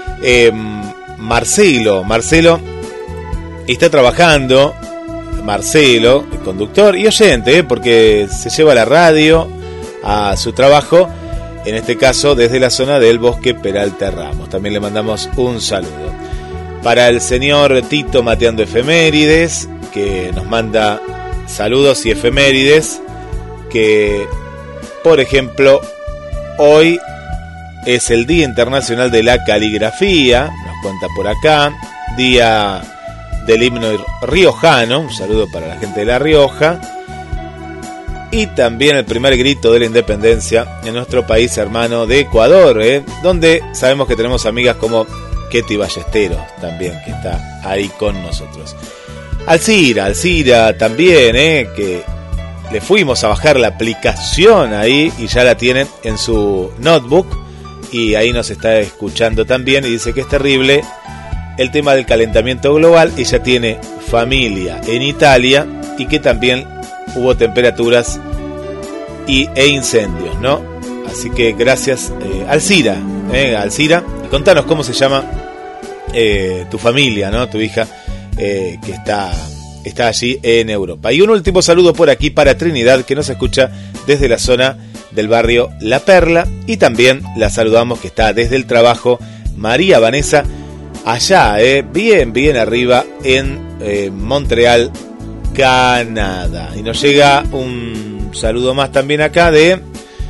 Speaker 5: Marcelo está trabajando, Marcelo, el conductor y oyente, porque se lleva la radio a su trabajo, en este caso desde la zona del Bosque Peralta Ramos. También le mandamos un saludo. Para el señor Tito Mateando Efemérides, que nos manda saludos y efemérides, que, por ejemplo, hoy es el Día Internacional de la Caligrafía, nos cuenta por acá, Día del Himno Riojano, un saludo para la gente de La Rioja, y también el primer grito de la independencia en nuestro país hermano de Ecuador, donde sabemos que tenemos amigas como Ketty Ballesteros también, que está ahí con nosotros. Alcira también, que le fuimos a bajar la aplicación ahí y ya la tienen en su notebook, y ahí nos está escuchando también, y dice que es terrible el tema del calentamiento global. Ella tiene familia en Italia y que también hubo temperaturas e incendios, ¿no? Así que gracias, Alcira, y contanos cómo se llama tu familia, ¿no? Tu hija que está allí en Europa. Y un último saludo por aquí para Trinidad, que nos escucha desde la zona del barrio La Perla, y también la saludamos, que está desde el trabajo, María Vanessa, allá, bien arriba en Montreal, Canadá. Y nos llega un saludo más también acá de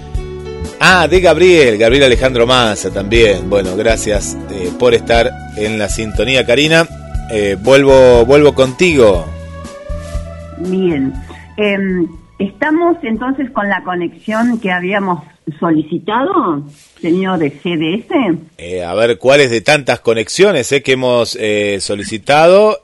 Speaker 5: Gabriel Alejandro Massa también. Bueno, gracias por estar en la sintonía, Karina. Vuelvo contigo.
Speaker 4: Bien. Estamos entonces con la conexión que habíamos solicitado, señor de GDS.
Speaker 5: A ver, ¿cuáles de tantas conexiones que hemos solicitado?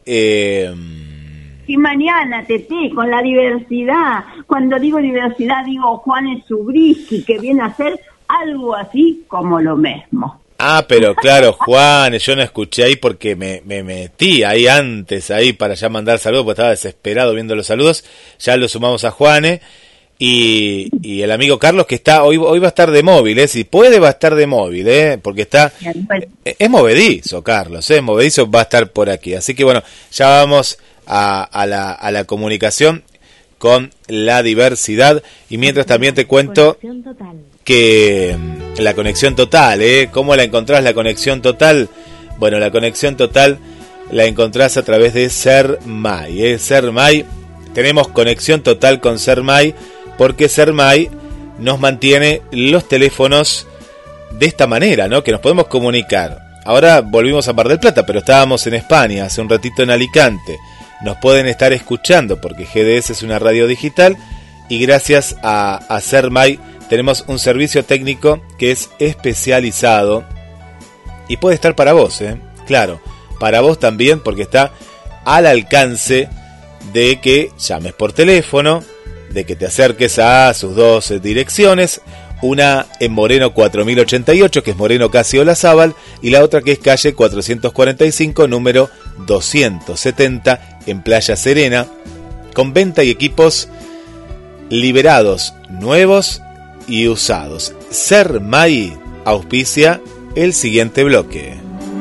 Speaker 4: Y mañana, Tete, con la diversidad. Cuando digo diversidad, digo Juanes Zubriski, que viene a ser algo así como lo mismo.
Speaker 5: Pero claro, Juan, yo no escuché ahí porque me metí ahí antes, ahí para ya mandar saludos, porque estaba desesperado viendo los saludos. Ya lo sumamos a Juane y el amigo Carlos, que está hoy va a estar de móvil, si puede va a estar de móvil, porque está es movedizo, Carlos, movedizo, va a estar por aquí. Así que bueno, ya vamos a la comunicación con la diversidad, y mientras también te cuento que la conexión total, ¿cómo la encontrás la conexión total? Bueno, la conexión total la encontrás a través de Sermay, Sermay, tenemos conexión total con Sermay, porque Sermay nos mantiene los teléfonos de esta manera, ¿no? Que nos podemos comunicar. Ahora volvimos a Mar del Plata, pero estábamos en España, hace un ratito en Alicante. Nos pueden estar escuchando porque GDS es una radio digital, y gracias a Sermay tenemos un servicio técnico que es especializado y puede estar para vos, claro, para vos también, porque está al alcance de que llames por teléfono, de que te acerques a sus dos direcciones, una en Moreno 4088, que es Moreno Casi Olazábal, y la otra que es calle 445, número 270, en Playa Serena, con venta y equipos liberados, nuevos y usados. Sermay auspicia el siguiente bloque.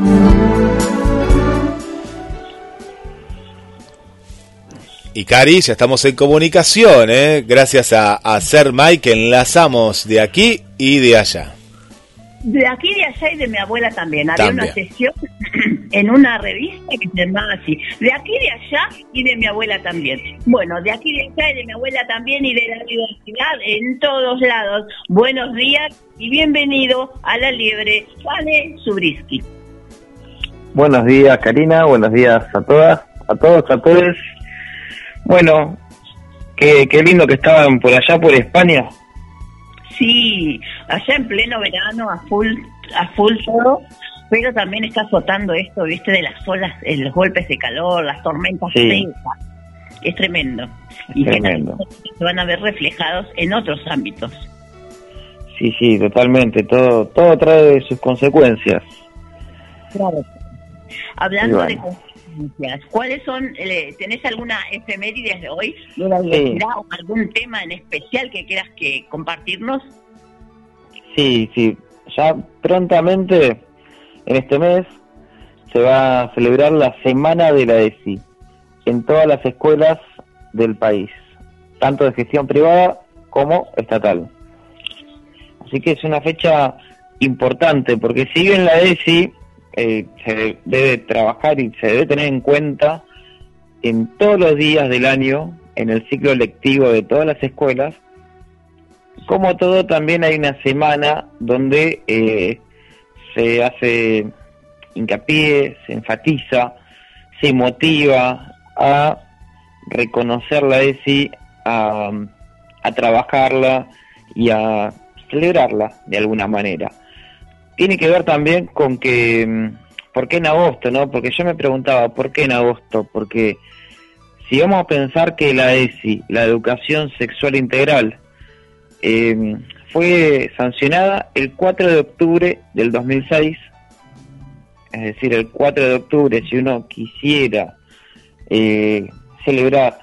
Speaker 5: Y Cari, ya estamos en comunicación, gracias a Sermay, que enlazamos de aquí y de allá.
Speaker 4: De aquí, de allá y de mi abuela también. Había una sesión en una revista que se llamaba así. De aquí, de allá y de mi abuela también. Bueno, de aquí, de allá y de mi abuela también y de la diversidad en todos lados. Buenos días y bienvenido a La Liebre, Vale Zubriski.
Speaker 13: Buenos días, Karina. Buenos días a todas, a todos, a todos. Bueno, qué lindo que estaban por allá, por España.
Speaker 4: Sí, allá en pleno verano, a full todo, pero también está azotando esto, viste, de las olas, los golpes de calor, las tormentas secas. Es tremendo. Y tremendo. Que se van a ver reflejados en otros ámbitos.
Speaker 13: Sí, totalmente. Todo trae sus consecuencias.
Speaker 4: Claro. Hablando de consecuencias, ¿cuáles son, tenés alguna efemérides de hoy de la diversidad o algún tema en especial que quieras que compartirnos?
Speaker 13: Sí, ya prontamente en este mes se va a celebrar la Semana de la ESI en todas las escuelas del país, tanto de gestión privada como estatal. Así que es una fecha importante, porque si bien la ESI se debe trabajar y se debe tener en cuenta en todos los días del año, en el ciclo lectivo de todas las escuelas, como todo también hay una semana donde se hace hincapié, se enfatiza, se motiva a reconocer la ESI, a trabajarla y a celebrarla de alguna manera. Tiene que ver también con que, ¿por qué en agosto, no? Porque yo me preguntaba, ¿por qué en agosto? Porque si vamos a pensar que la ESI, la educación sexual integral, fue sancionada el 4 de octubre del 2006, es decir, el 4 de octubre, si uno quisiera celebrar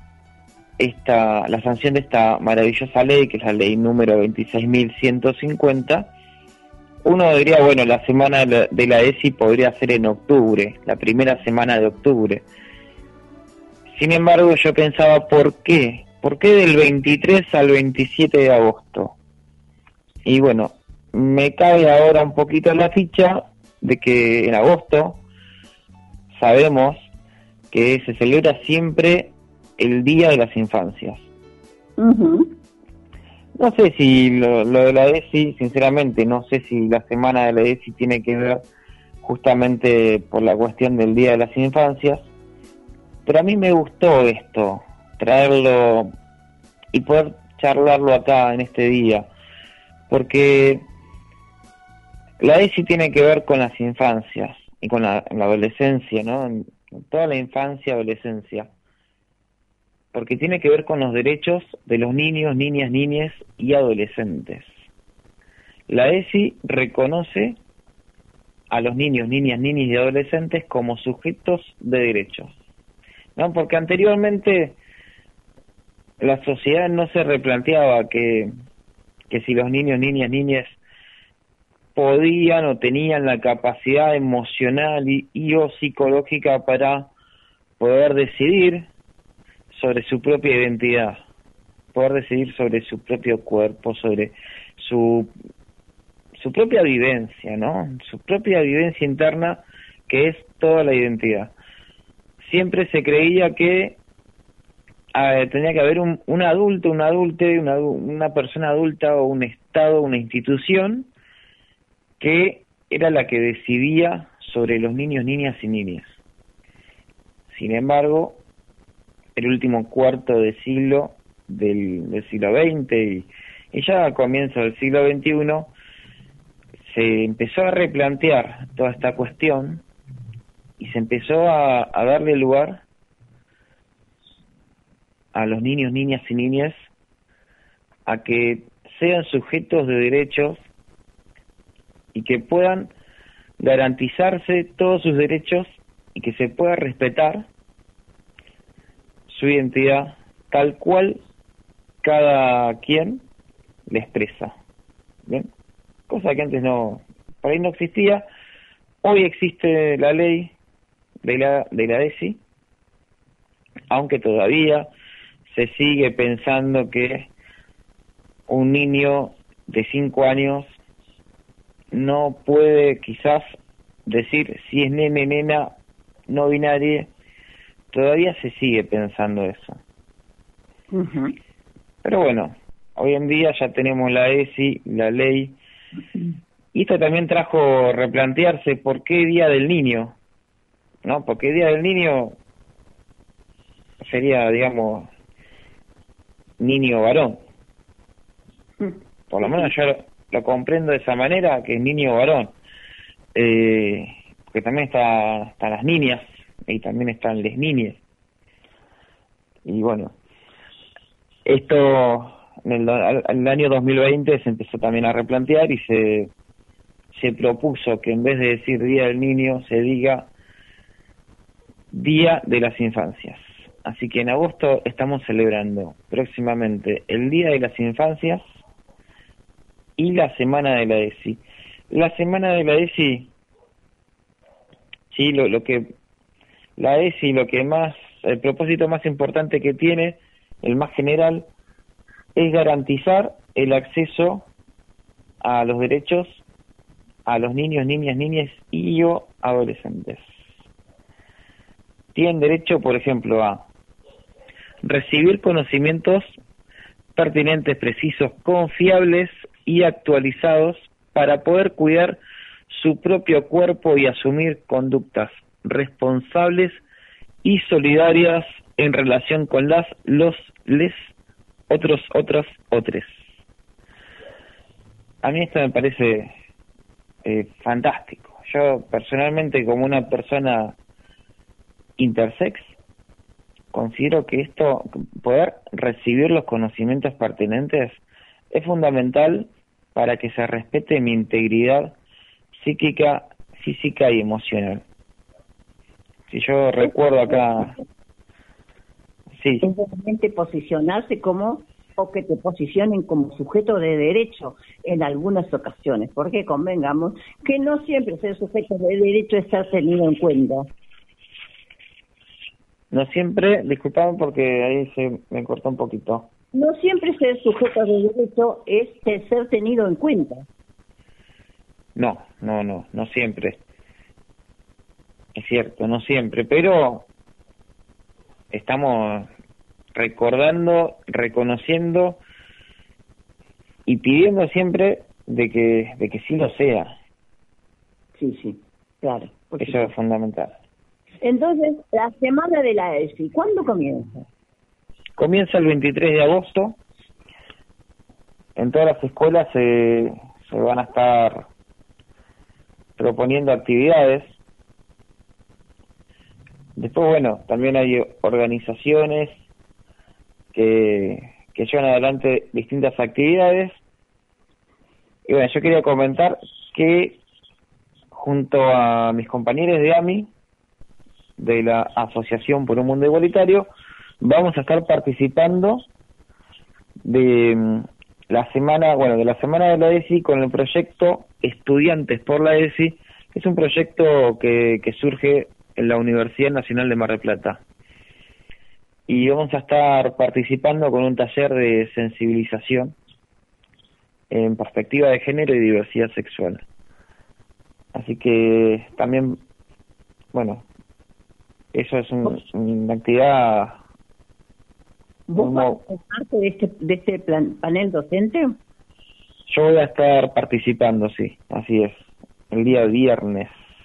Speaker 13: la sanción de esta maravillosa ley, que es la ley número 26.150, uno diría, bueno, la semana de la ESI podría ser en octubre, la primera semana de octubre. Sin embargo, yo pensaba, ¿por qué? ¿Por qué del 23 al 27 de agosto? Y bueno, me cae ahora un poquito la ficha de que en agosto sabemos que se celebra siempre el Día de las Infancias. No sé si lo de la ESI, sinceramente, no sé si la semana de la ESI tiene que ver justamente por la cuestión del Día de las Infancias, pero a mí me gustó esto, traerlo y poder charlarlo acá en este día, porque la ESI tiene que ver con las infancias y con la adolescencia, ¿no? En toda la infancia, adolescencia, porque tiene que ver con los derechos de los niños, niñas, niñes y adolescentes. La ESI reconoce a los niños, niñas, niñas y adolescentes como sujetos de derechos, ¿no? Porque anteriormente la sociedad no se replanteaba que si los niños, niñas, niñas podían o tenían la capacidad emocional y o psicológica para poder decidir sobre su propia identidad, poder decidir sobre su propio cuerpo, sobre su propia vivencia, ¿no? Su propia vivencia interna, que es toda la identidad. Siempre se creía que tenía que haber un adulto, un adulte, una persona adulta o un estado, una institución que era la que decidía sobre los niños, niñas y niñas. Sin embargo, el último cuarto de siglo del siglo XX y ya a comienzos del siglo XXI se empezó a replantear toda esta cuestión y se empezó a darle lugar a los niños, niñas y niñas a que sean sujetos de derechos y que puedan garantizarse todos sus derechos y que se pueda respetar su identidad tal cual cada quien le expresa. Bien, cosa que antes no, por ahí no existía. Hoy existe la ley de la ESI, aunque todavía se sigue pensando que un niño de 5 años no puede quizás decir si es nene, nena, no binaria. Todavía se sigue pensando eso.
Speaker 11: Ujú.
Speaker 13: Pero bueno, hoy en día ya tenemos la ESI, la ley, y esto también trajo replantearse por qué Día del Niño, ¿no? Porque Día del Niño sería, digamos, niño varón. Por lo menos yo lo comprendo de esa manera, que es niño varón. Porque también están las niñas y también están las niñas. Y bueno, esto en el año 2020 se empezó también a replantear y se propuso que en vez de decir Día del Niño se diga Día de las Infancias. Así que en agosto estamos celebrando próximamente el Día de las Infancias y la Semana de la ESI. La Semana de la ESI, sí, lo que la ESI, lo que más, el propósito más importante que tiene, el más general, es garantizar el acceso a los derechos a los niños, niñas y o adolescentes. Tienen derecho, por ejemplo, a recibir conocimientos pertinentes, precisos, confiables y actualizados para poder cuidar su propio cuerpo y asumir conductas responsables y solidarias en relación con les, otros. A mí esto me parece fantástico. Yo personalmente, como una persona intersex, considero que esto, poder recibir los conocimientos pertinentes, es fundamental para que se respete mi integridad psíquica, física y emocional. Si yo recuerdo acá, sí,
Speaker 14: simplemente posicionarse como, o que te posicionen como sujeto de derecho en algunas ocasiones, porque convengamos que no siempre ser sujeto de derecho es ser tenido en cuenta.
Speaker 13: No siempre, disculpame porque ahí se me cortó un poquito.
Speaker 14: No siempre ser sujeto de derecho es ser tenido en cuenta.
Speaker 13: No siempre. Es cierto, no siempre, pero estamos recordando, reconociendo y pidiendo siempre de que sí lo sea.
Speaker 14: Sí, claro.
Speaker 13: Eso es fundamental.
Speaker 14: Entonces, la semana de la ESI, ¿cuándo comienza?
Speaker 13: Comienza el 23 de agosto. En todas las escuelas se van a estar proponiendo actividades. Después, bueno, también hay organizaciones que llevan adelante distintas actividades. Y bueno, yo quería comentar que junto a mis compañeros de AMI, de la Asociación por un Mundo Igualitario, vamos a estar participando de la semana de la ESI con el proyecto Estudiantes por la ESI, que es un proyecto que surge en la Universidad Nacional de Mar del Plata. Y vamos a estar participando con un taller de sensibilización en perspectiva de género y diversidad sexual. Así que también, bueno, eso es una actividad.
Speaker 14: ¿Vos vas a ser parte de este panel docente?
Speaker 13: Yo voy a estar participando, sí, así es, el día viernes.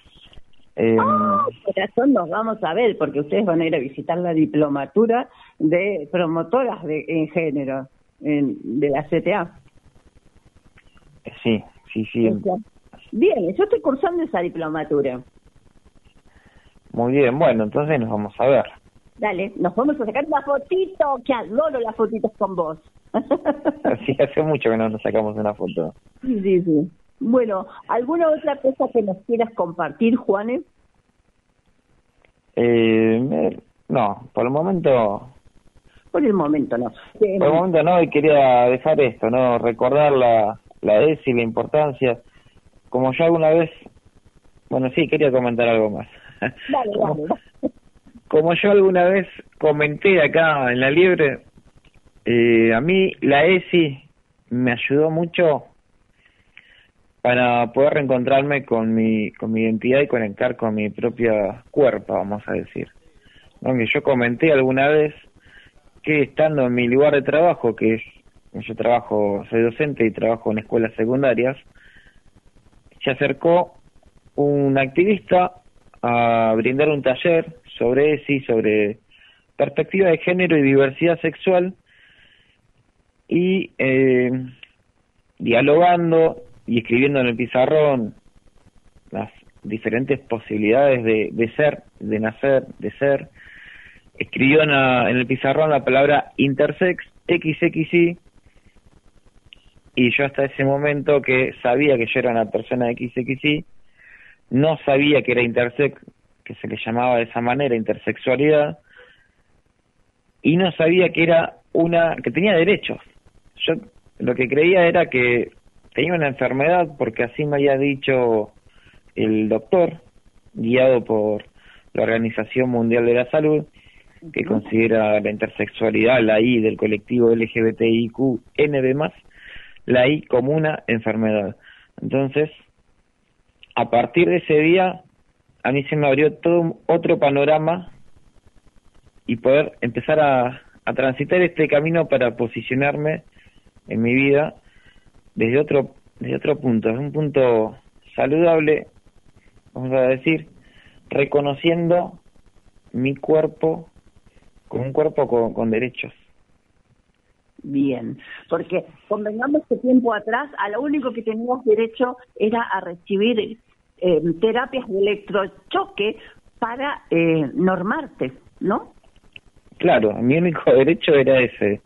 Speaker 14: Corazón, nos vamos a ver, porque ustedes van a ir a visitar la diplomatura de promotoras en género de la CTA.
Speaker 13: Sí.
Speaker 14: Bien, yo estoy cursando esa diplomatura.
Speaker 13: Muy bien, bueno, entonces nos vamos a ver.
Speaker 14: Dale, nos vamos a sacar una fotito, que adoro las fotitos con vos.
Speaker 13: Sí, hace mucho que no nos sacamos una foto.
Speaker 14: Sí. Bueno, ¿alguna otra cosa que nos quieras compartir, Juanes?
Speaker 13: No, por el momento
Speaker 14: Por el momento no.
Speaker 13: Por el momento no, y quería dejar esto, ¿no? Recordar la ESI, la importancia. Como yo alguna vez... Bueno, sí, quería comentar algo más.
Speaker 14: Dale.
Speaker 13: Como yo alguna vez comenté acá en La Liebre, a mí la ESI me ayudó mucho para poder reencontrarme con mi identidad y conectar con mi propia cuerpo, vamos a decir. Aunque yo comenté alguna vez que estando en mi lugar de trabajo, que es, yo soy docente y trabajo en escuelas secundarias, se acercó un activista a brindar un taller sobre ESI, sobre perspectiva de género y diversidad sexual, y dialogando y escribiendo en el pizarrón las diferentes posibilidades de ser, de nacer, de ser. Escribió en el pizarrón la palabra intersex, XXI, y yo hasta ese momento que sabía que yo era una persona XXI, no sabía que era intersex, que se le llamaba de esa manera, intersexualidad, y no sabía que era que tenía derechos. Yo lo que creía era que tenía una enfermedad, porque así me había dicho el doctor, guiado por la Organización Mundial de la Salud, que considera la intersexualidad, la I del colectivo LGBTIQ+, la I como una enfermedad. Entonces, a partir de ese día, a mí se me abrió todo otro panorama y poder empezar a transitar este camino para posicionarme en mi vida desde otro punto, desde un punto saludable, vamos a decir, reconociendo mi cuerpo como un cuerpo con derechos.
Speaker 14: Bien, porque convengamos que tiempo atrás a lo único que tenías derecho era a recibir terapias de electrochoque para normarte, ¿no?
Speaker 13: Claro, mi único derecho era ese,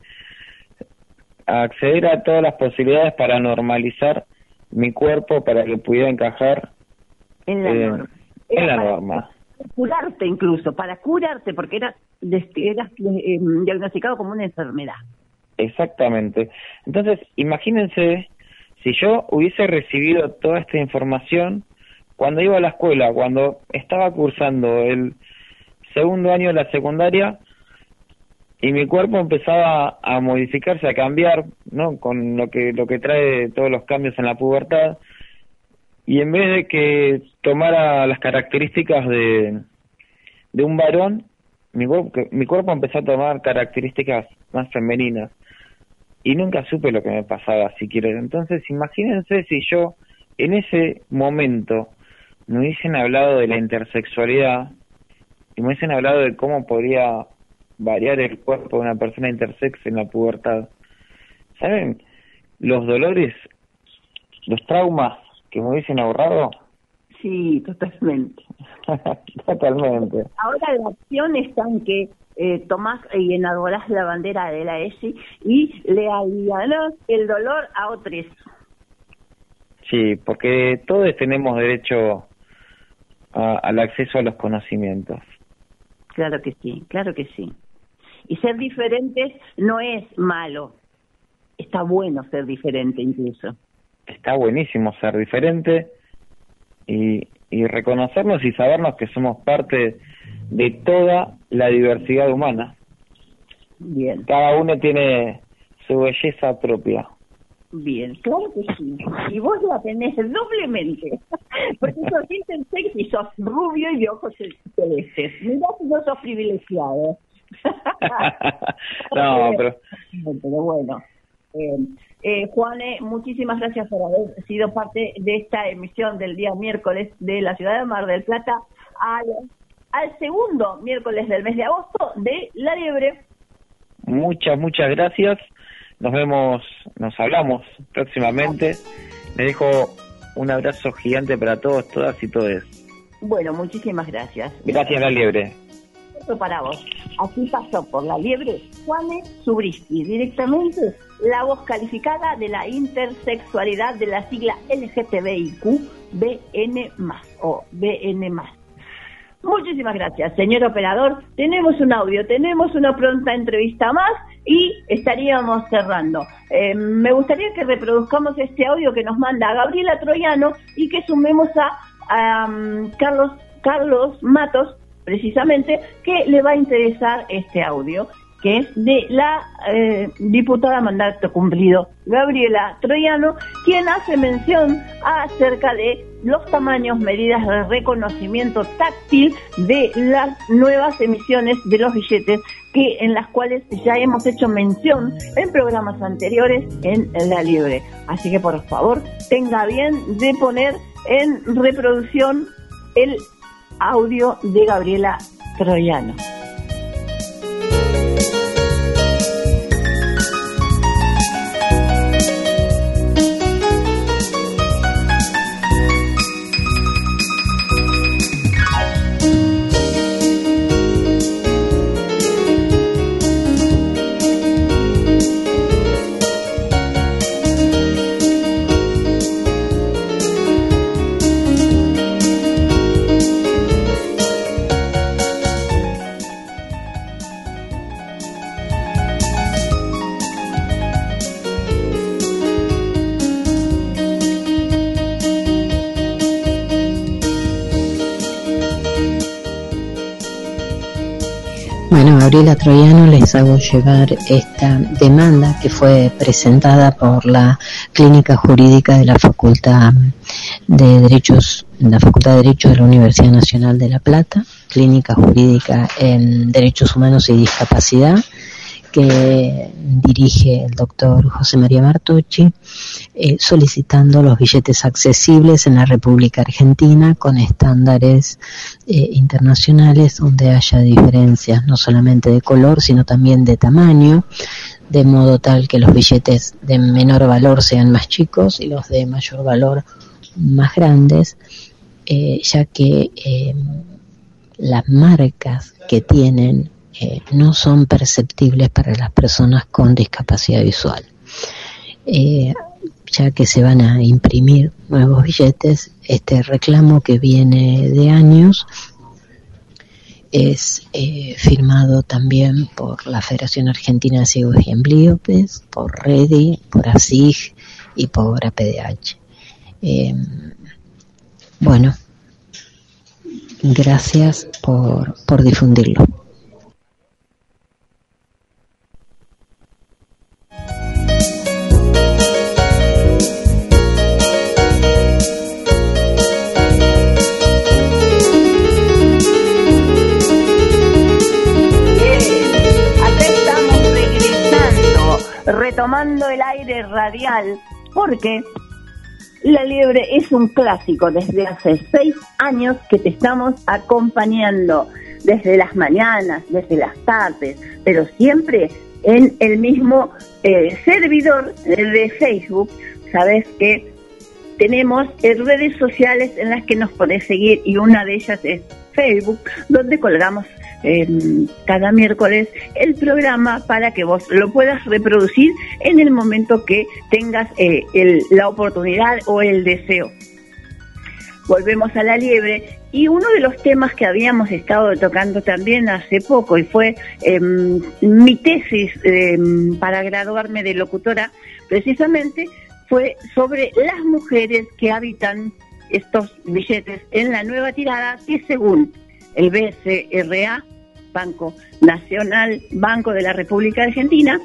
Speaker 13: a acceder a todas las posibilidades para normalizar mi cuerpo, para que pudiera encajar
Speaker 14: en la
Speaker 13: norma.
Speaker 14: Curarte incluso, para curarte, porque eras diagnosticado como una enfermedad.
Speaker 13: Exactamente. Entonces, imagínense si yo hubiese recibido toda esta información cuando iba a la escuela, cuando estaba cursando el segundo año de la secundaria, y mi cuerpo empezaba a modificarse, a cambiar, ¿no? Con lo que trae todos los cambios en la pubertad, y en vez de que tomara las características de un varón, mi cuerpo empezó a tomar características más femeninas, y nunca supe lo que me pasaba siquiera. Entonces, imagínense si yo en ese momento me hubiesen hablado de la intersexualidad y me hubiesen hablado de cómo podría variar el cuerpo de una persona intersex en la pubertad. ¿Saben los dolores, los traumas que me hubiesen ahorrado?
Speaker 14: Sí, totalmente.
Speaker 13: Totalmente.
Speaker 14: Ahora la acción está en que tomás y enarbolás la bandera de la ESI y le alivianás el dolor a otros.
Speaker 13: Sí, porque todos tenemos derecho al acceso a los conocimientos.
Speaker 14: Claro que sí, claro que sí. Y ser diferentes no es malo. Está bueno ser diferente incluso.
Speaker 13: Está buenísimo ser diferente y reconocernos y sabernos que somos parte de toda la diversidad humana.
Speaker 14: Bien.
Speaker 13: Cada uno tiene su belleza propia.
Speaker 14: Bien, claro que sí. Y vos la tenés doblemente. Porque sos intersex y sos rubio y de ojos celestes. Mirá si no sos privilegiado.
Speaker 13: No, pero
Speaker 14: bueno. Juane, muchísimas gracias por haber sido parte de esta emisión del día miércoles de la ciudad de Mar del Plata al segundo miércoles del mes de agosto de La Liebre.
Speaker 13: Muchas gracias. Nos hablamos próximamente. Les dejo un abrazo gigante para todos, todas y todes.
Speaker 14: Bueno, muchísimas gracias.
Speaker 13: Gracias, La Liebre.
Speaker 14: Esto para vos. Así pasó por La Liebre Juane Zubriski, directamente la voz calificada de la intersexualidad de la sigla LGTBIQ BN+, o BN+. Muchísimas gracias, señor operador. Tenemos un audio, tenemos una pronta entrevista más y estaríamos cerrando. Me gustaría que reproduzcamos este audio que nos manda Gabriela Troyano y que sumemos a Carlos Matos, precisamente, que le va a interesar este audio, que es de la diputada mandato cumplido, Gabriela Troyano, quien hace mención acerca de los tamaños, medidas de reconocimiento táctil de las nuevas emisiones de los billetes, en las cuales ya hemos hecho mención en programas anteriores en La Liebre. Así que, por favor, tenga bien de poner en reproducción el audio de Gabriela Troyano.
Speaker 15: Bueno, Gabriela Troyano, les hago llegar esta demanda que fue presentada por la Clínica Jurídica de la Facultad de Derechos de la Universidad Nacional de La Plata, Clínica Jurídica en Derechos Humanos y Discapacidad, que dirige el doctor José María Martucci, solicitando los billetes accesibles en la República Argentina con estándares internacionales donde haya diferencias no solamente de color sino también de tamaño, de modo tal que los billetes de menor valor sean más chicos y los de mayor valor más grandes, ya que las marcas que tienen no son perceptibles para las personas con discapacidad visual. Ya que se van a imprimir nuevos billetes, este reclamo que viene de años es firmado también por la Federación Argentina de Ciegos y Amblíopes, por REDI, por ASIG y por APDH. Bueno, gracias por difundirlo.
Speaker 14: Retomando el aire radial, porque La Liebre es un clásico desde hace 6 años que te estamos acompañando, desde las mañanas, desde las tardes, pero siempre en el mismo servidor de Facebook. Sabes que tenemos redes sociales en las que nos podés seguir y una de ellas es Facebook, donde colgamos cada miércoles el programa para que vos lo puedas reproducir en el momento que tengas la oportunidad o el deseo. Volvemos a La Liebre y uno de los temas que habíamos estado tocando también hace poco y fue mi tesis para graduarme de locutora, precisamente fue sobre las mujeres que habitan estos billetes en la nueva tirada que según el BCRA, Banco Nacional, Banco de la República Argentina,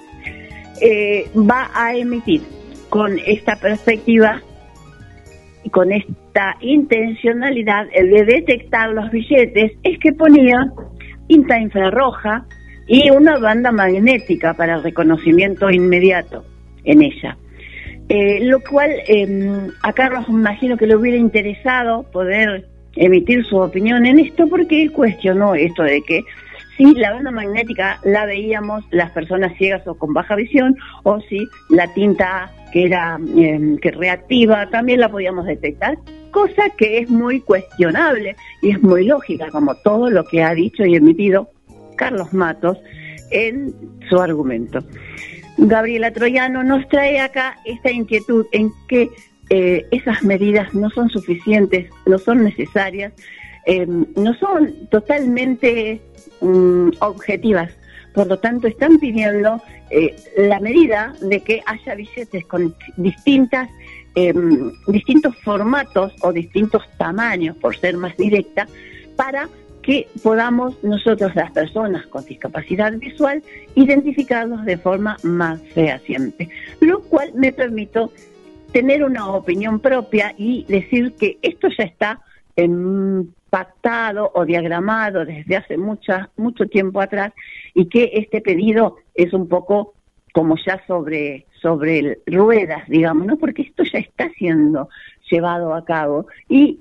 Speaker 14: va a emitir con esta perspectiva y con esta intencionalidad de detectar los billetes, es que ponía tinta infrarroja y una banda magnética para el reconocimiento inmediato en ella. Lo cual a Carlos me imagino que le hubiera interesado poder emitir su opinión en esto, porque él cuestionó esto de que si la banda magnética la veíamos las personas ciegas o con baja visión, o si la tinta que era que reactiva también la podíamos detectar, cosa que es muy cuestionable y es muy lógica, como todo lo que ha dicho y emitido Carlos Matos en su argumento. Gabriela Troyano nos trae acá esta inquietud en que esas medidas no son suficientes, no son necesarias,
Speaker 4: no son totalmente objetivas. Por lo tanto, están pidiendo la medida de que haya billetes con distintos formatos o distintos tamaños, por ser más directa, para que podamos nosotros, las personas con discapacidad visual, identificarlos de forma más fehaciente. Lo cual me permito tener una opinión propia y decir que esto ya está pactado o diagramado desde hace mucho tiempo atrás, y que este pedido es un poco como ya sobre ruedas, digamos, ¿no? Porque esto ya está siendo llevado a cabo y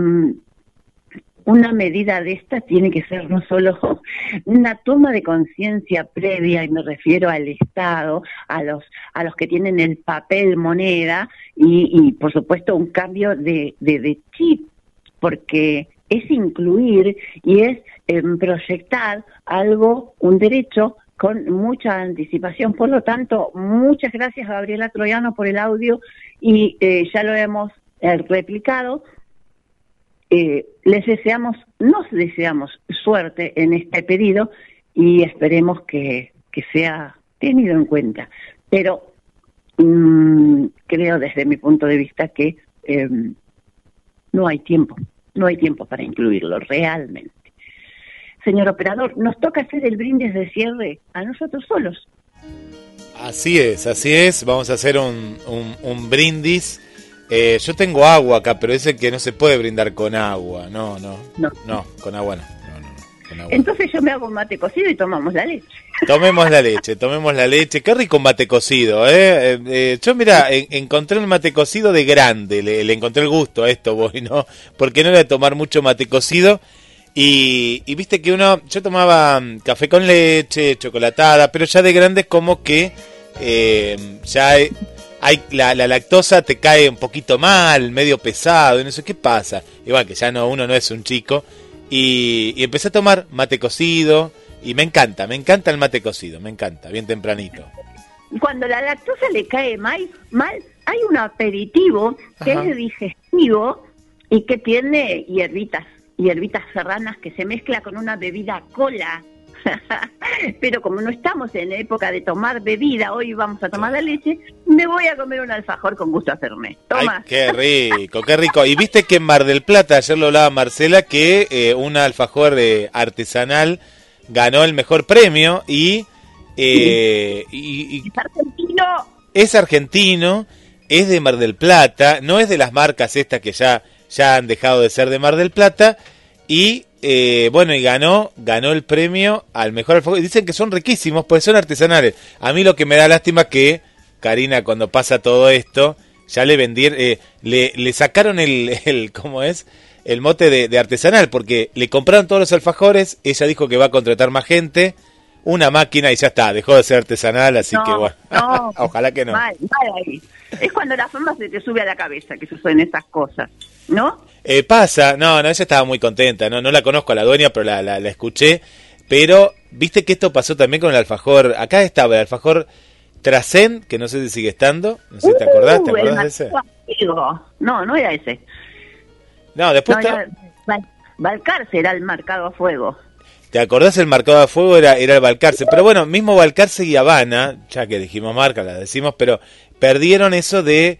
Speaker 4: una medida de esta tiene que ser no solo una toma de conciencia previa, y me refiero al Estado, a los que tienen el papel moneda, y por supuesto un cambio de chip, porque es incluir y es proyectar algo, un derecho, con mucha anticipación. Por lo tanto, muchas gracias, Gabriela Troyano, por el audio, y ya lo hemos replicado. Nos deseamos suerte en este pedido y esperemos que sea tenido en cuenta. Pero creo desde mi punto de vista que no hay tiempo para incluirlo realmente. Señor operador, nos toca hacer el brindis de cierre a nosotros solos.
Speaker 5: Así es, vamos a hacer un brindis. Yo tengo agua acá, pero dice que no se puede brindar con agua. No, con agua no. Con agua.
Speaker 4: Entonces yo me hago un mate cocido y tomamos la leche.
Speaker 5: Tomemos la leche. Qué rico un mate cocido, yo mira, encontré el mate cocido de grande, le encontré el gusto a esto, ¿no? Porque no era de tomar mucho mate cocido. Y viste que yo tomaba café con leche, chocolatada, pero ya de grande es como que ya la lactosa te cae un poquito mal, medio pesado, y no sé qué pasa. Igual que ya uno no es un chico. Y empecé a tomar mate cocido, y me encanta el mate cocido, me encanta, bien tempranito.
Speaker 4: Cuando la lactosa le cae mal, hay un aperitivo que es digestivo y que tiene hierbitas serranas, que se mezcla con una bebida cola. Pero como no estamos en época de tomar bebida, hoy vamos a tomar la leche, me voy a comer un alfajor con gusto a hacerme. Toma.
Speaker 5: Ay, qué rico. Y viste que en Mar del Plata, ayer lo hablaba Marcela, que un alfajor artesanal ganó el mejor premio y
Speaker 4: es argentino.
Speaker 5: Es argentino, es de Mar del Plata, no es de las marcas estas que ya han dejado de ser de Mar del Plata, y y ganó el premio al mejor alfajor. Dicen que son riquísimos, pues son artesanales. A mí lo que me da lástima es que, Karina, cuando pasa todo esto, ya le sacaron ¿cómo es? El mote de artesanal, porque le compraron todos los alfajores, ella dijo que va a contratar más gente, una máquina, y ya está, dejó de ser artesanal, así que bueno, ojalá que no.
Speaker 4: Mal ahí. Es cuando la fama se te sube a la cabeza que suceden esas cosas, ¿no?
Speaker 5: Pasa, no, ella estaba muy contenta, no la conozco a la dueña, pero la escuché, pero viste que esto pasó también con el alfajor. Acá estaba el alfajor Tracén, que no sé si sigue estando, no sé si te acordás de ese.
Speaker 4: No era ese.
Speaker 5: No, después
Speaker 4: Balcarce era el marcado a fuego.
Speaker 5: ¿Te acordás? El marcado a fuego era el Balcarce, pero bueno, mismo Balcarce y Habana, ya que dijimos marca, la decimos, pero perdieron eso de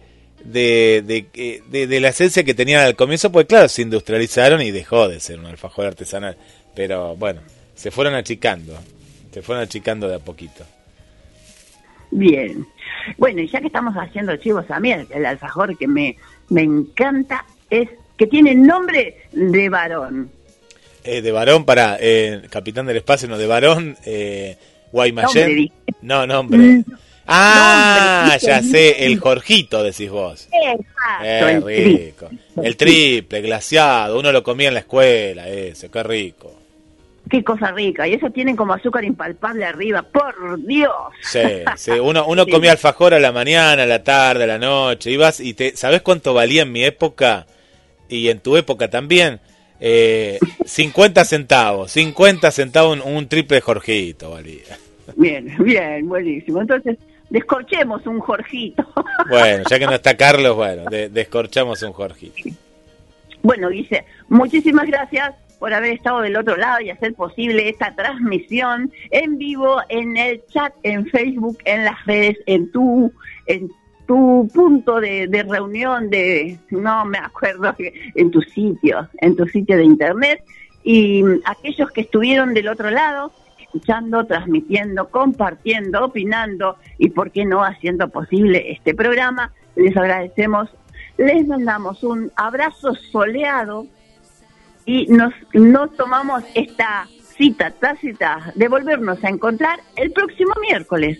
Speaker 5: la esencia que tenían al comienzo, pues claro, se industrializaron y dejó de ser un alfajor artesanal. Pero bueno, se fueron achicando de a poquito.
Speaker 4: Bien. Bueno, y ya que estamos haciendo chivos, a mí el alfajor que me encanta es que tiene nombre de varón.
Speaker 5: De varón para Capitán del Espacio, no, de varón, Guaymallén. Nombre. Ya sé, el Jorgito, decís vos.
Speaker 4: Exacto,
Speaker 5: rico. El triple, glaseado, uno lo comía en la escuela, ese, qué rico.
Speaker 4: Qué cosa rica, y eso tienen como azúcar impalpable arriba, por Dios.
Speaker 5: Sí, uno comía alfajor a la mañana, a la tarde, a la noche, ibas y ¿sabés cuánto valía en mi época? Y en tu época también, 50 centavos, un triple Jorgito valía.
Speaker 4: Bien, buenísimo. Entonces, descorchemos un Jorgito.
Speaker 5: Bueno, ya que no está Carlos, descorchamos un Jorgito.
Speaker 4: Bueno, Guille, muchísimas gracias por haber estado del otro lado y hacer posible esta transmisión en vivo, en el chat, en Facebook, en las redes, en tu punto de reunión, no me acuerdo, en tu sitio de internet, y aquellos que estuvieron del otro lado, escuchando, transmitiendo, compartiendo, opinando y por qué no haciendo posible este programa, les agradecemos, les mandamos un abrazo soleado y nos tomamos esta cita tácita de volvernos a encontrar el próximo miércoles.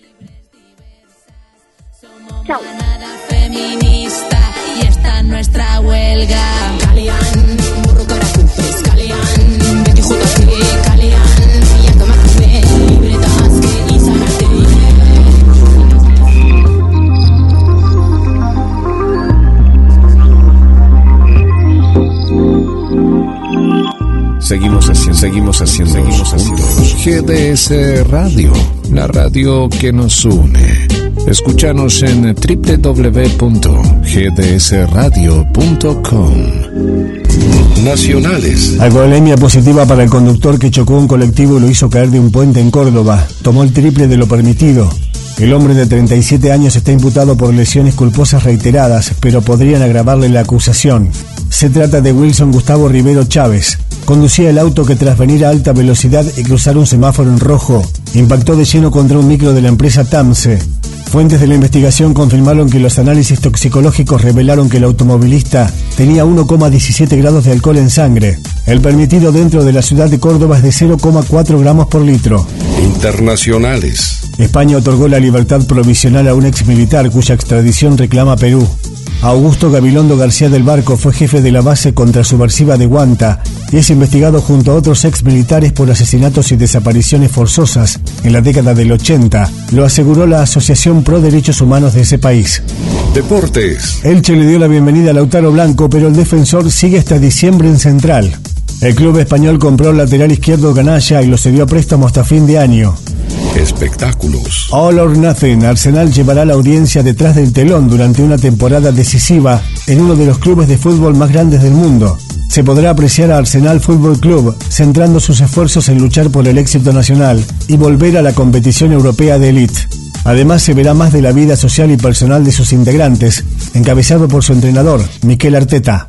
Speaker 4: Chao.
Speaker 16: Feminista y está nuestra huelga. Calian, burro caracupes, Calian, vete junto a ti, Calian, y a tomar café, libretas que izagate.
Speaker 3: Seguimos haciendo juntos. GDS Radio, la radio que nos une. Escúchanos en www.gdsradio.com. Nacionales.
Speaker 17: Alcoholemia positiva para el conductor que chocó un colectivo y lo hizo caer de un puente en Córdoba. Tomó el triple de lo permitido. El hombre de 37 años está imputado por lesiones culposas reiteradas, pero podrían agravarle la acusación. Se trata de Wilson Gustavo Rivero Chávez. Conducía el auto que tras venir a alta velocidad y cruzar un semáforo en rojo, impactó de lleno contra un micro de la empresa Tamse. Fuentes de la investigación confirmaron que los análisis toxicológicos revelaron que el automovilista tenía 1,17 grados de alcohol en sangre. El permitido dentro de la ciudad de Córdoba es de 0,4 gramos por litro.
Speaker 3: Internacionales.
Speaker 17: España otorgó la libertad provisional a un ex militar cuya extradición reclama Perú. Augusto Gabilondo García del Barco fue jefe de la base contrasubversiva de Guanta y es investigado junto a otros ex militares por asesinatos y desapariciones forzosas en la década del 80, lo aseguró la Asociación Pro Derechos Humanos de ese país.
Speaker 3: Deportes.
Speaker 17: Elche le dio la bienvenida a Lautaro Blanco, pero el defensor sigue hasta diciembre en Central. El club español compró al lateral izquierdo Ganaya y lo cedió a préstamo hasta fin de año.
Speaker 3: Espectáculos.
Speaker 17: All or Nothing. Arsenal llevará la audiencia detrás del telón durante una temporada decisiva en uno de los clubes de fútbol más grandes del mundo. Se podrá apreciar a Arsenal Fútbol Club centrando sus esfuerzos en luchar por el éxito nacional y volver a la competición europea de élite. Además se verá más de la vida social y personal de sus integrantes, encabezado por su entrenador, Mikel Arteta.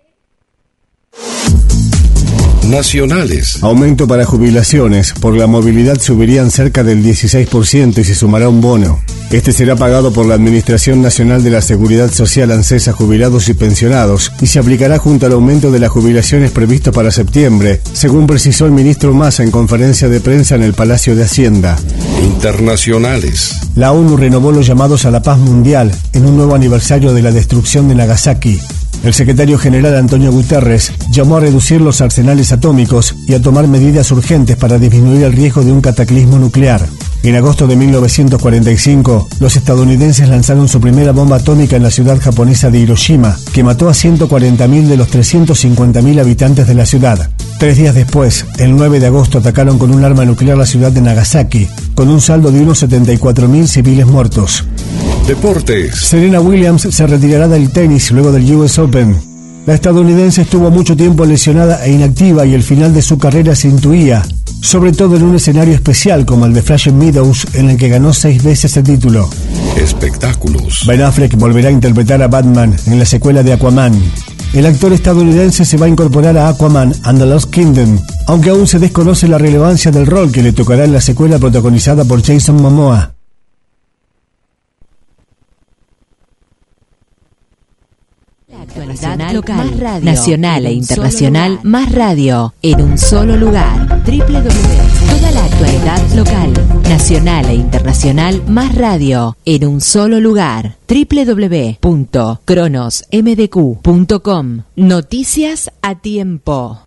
Speaker 3: Nacionales.
Speaker 17: Aumento para jubilaciones. Por la movilidad subirían cerca del 16% y se sumará un bono. Este será pagado por la Administración Nacional de la Seguridad Social ANSES a jubilados y pensionados y se aplicará junto al aumento de las jubilaciones previsto para septiembre, según precisó el ministro Massa en conferencia de prensa en el Palacio de Hacienda.
Speaker 3: Internacionales.
Speaker 17: La ONU renovó los llamados a la paz mundial en un nuevo aniversario de la destrucción de Nagasaki. El secretario general Antonio Guterres llamó a reducir los arsenales atómicos y a tomar medidas urgentes para disminuir el riesgo de un cataclismo nuclear. En agosto de 1945, los estadounidenses lanzaron su primera bomba atómica en la ciudad japonesa de Hiroshima, que mató a 140.000 de los 350.000 habitantes de la ciudad. 3 días después, el 9 de agosto, atacaron con un arma nuclear la ciudad de Nagasaki, con un saldo de unos 74.000 civiles muertos.
Speaker 3: Deportes.
Speaker 17: Serena Williams se retirará del tenis luego del US Open. La estadounidense estuvo mucho tiempo lesionada e inactiva y el final de su carrera se intuía, sobre todo en un escenario especial como el de Flushing Meadows, en el que ganó 6 veces el título.
Speaker 3: Espectáculos.
Speaker 17: Ben Affleck volverá a interpretar a Batman en la secuela de Aquaman. El actor estadounidense se va a incorporar a Aquaman and the Lost Kingdom, aunque aún se desconoce la relevancia del rol que le tocará en la secuela protagonizada por Jason Momoa.
Speaker 2: Actualidad local, más radio, nacional e internacional, más radio, en un solo lugar. Toda la actualidad local, nacional e internacional, más radio, en un solo lugar. www.cronosmdq.com. Noticias a tiempo.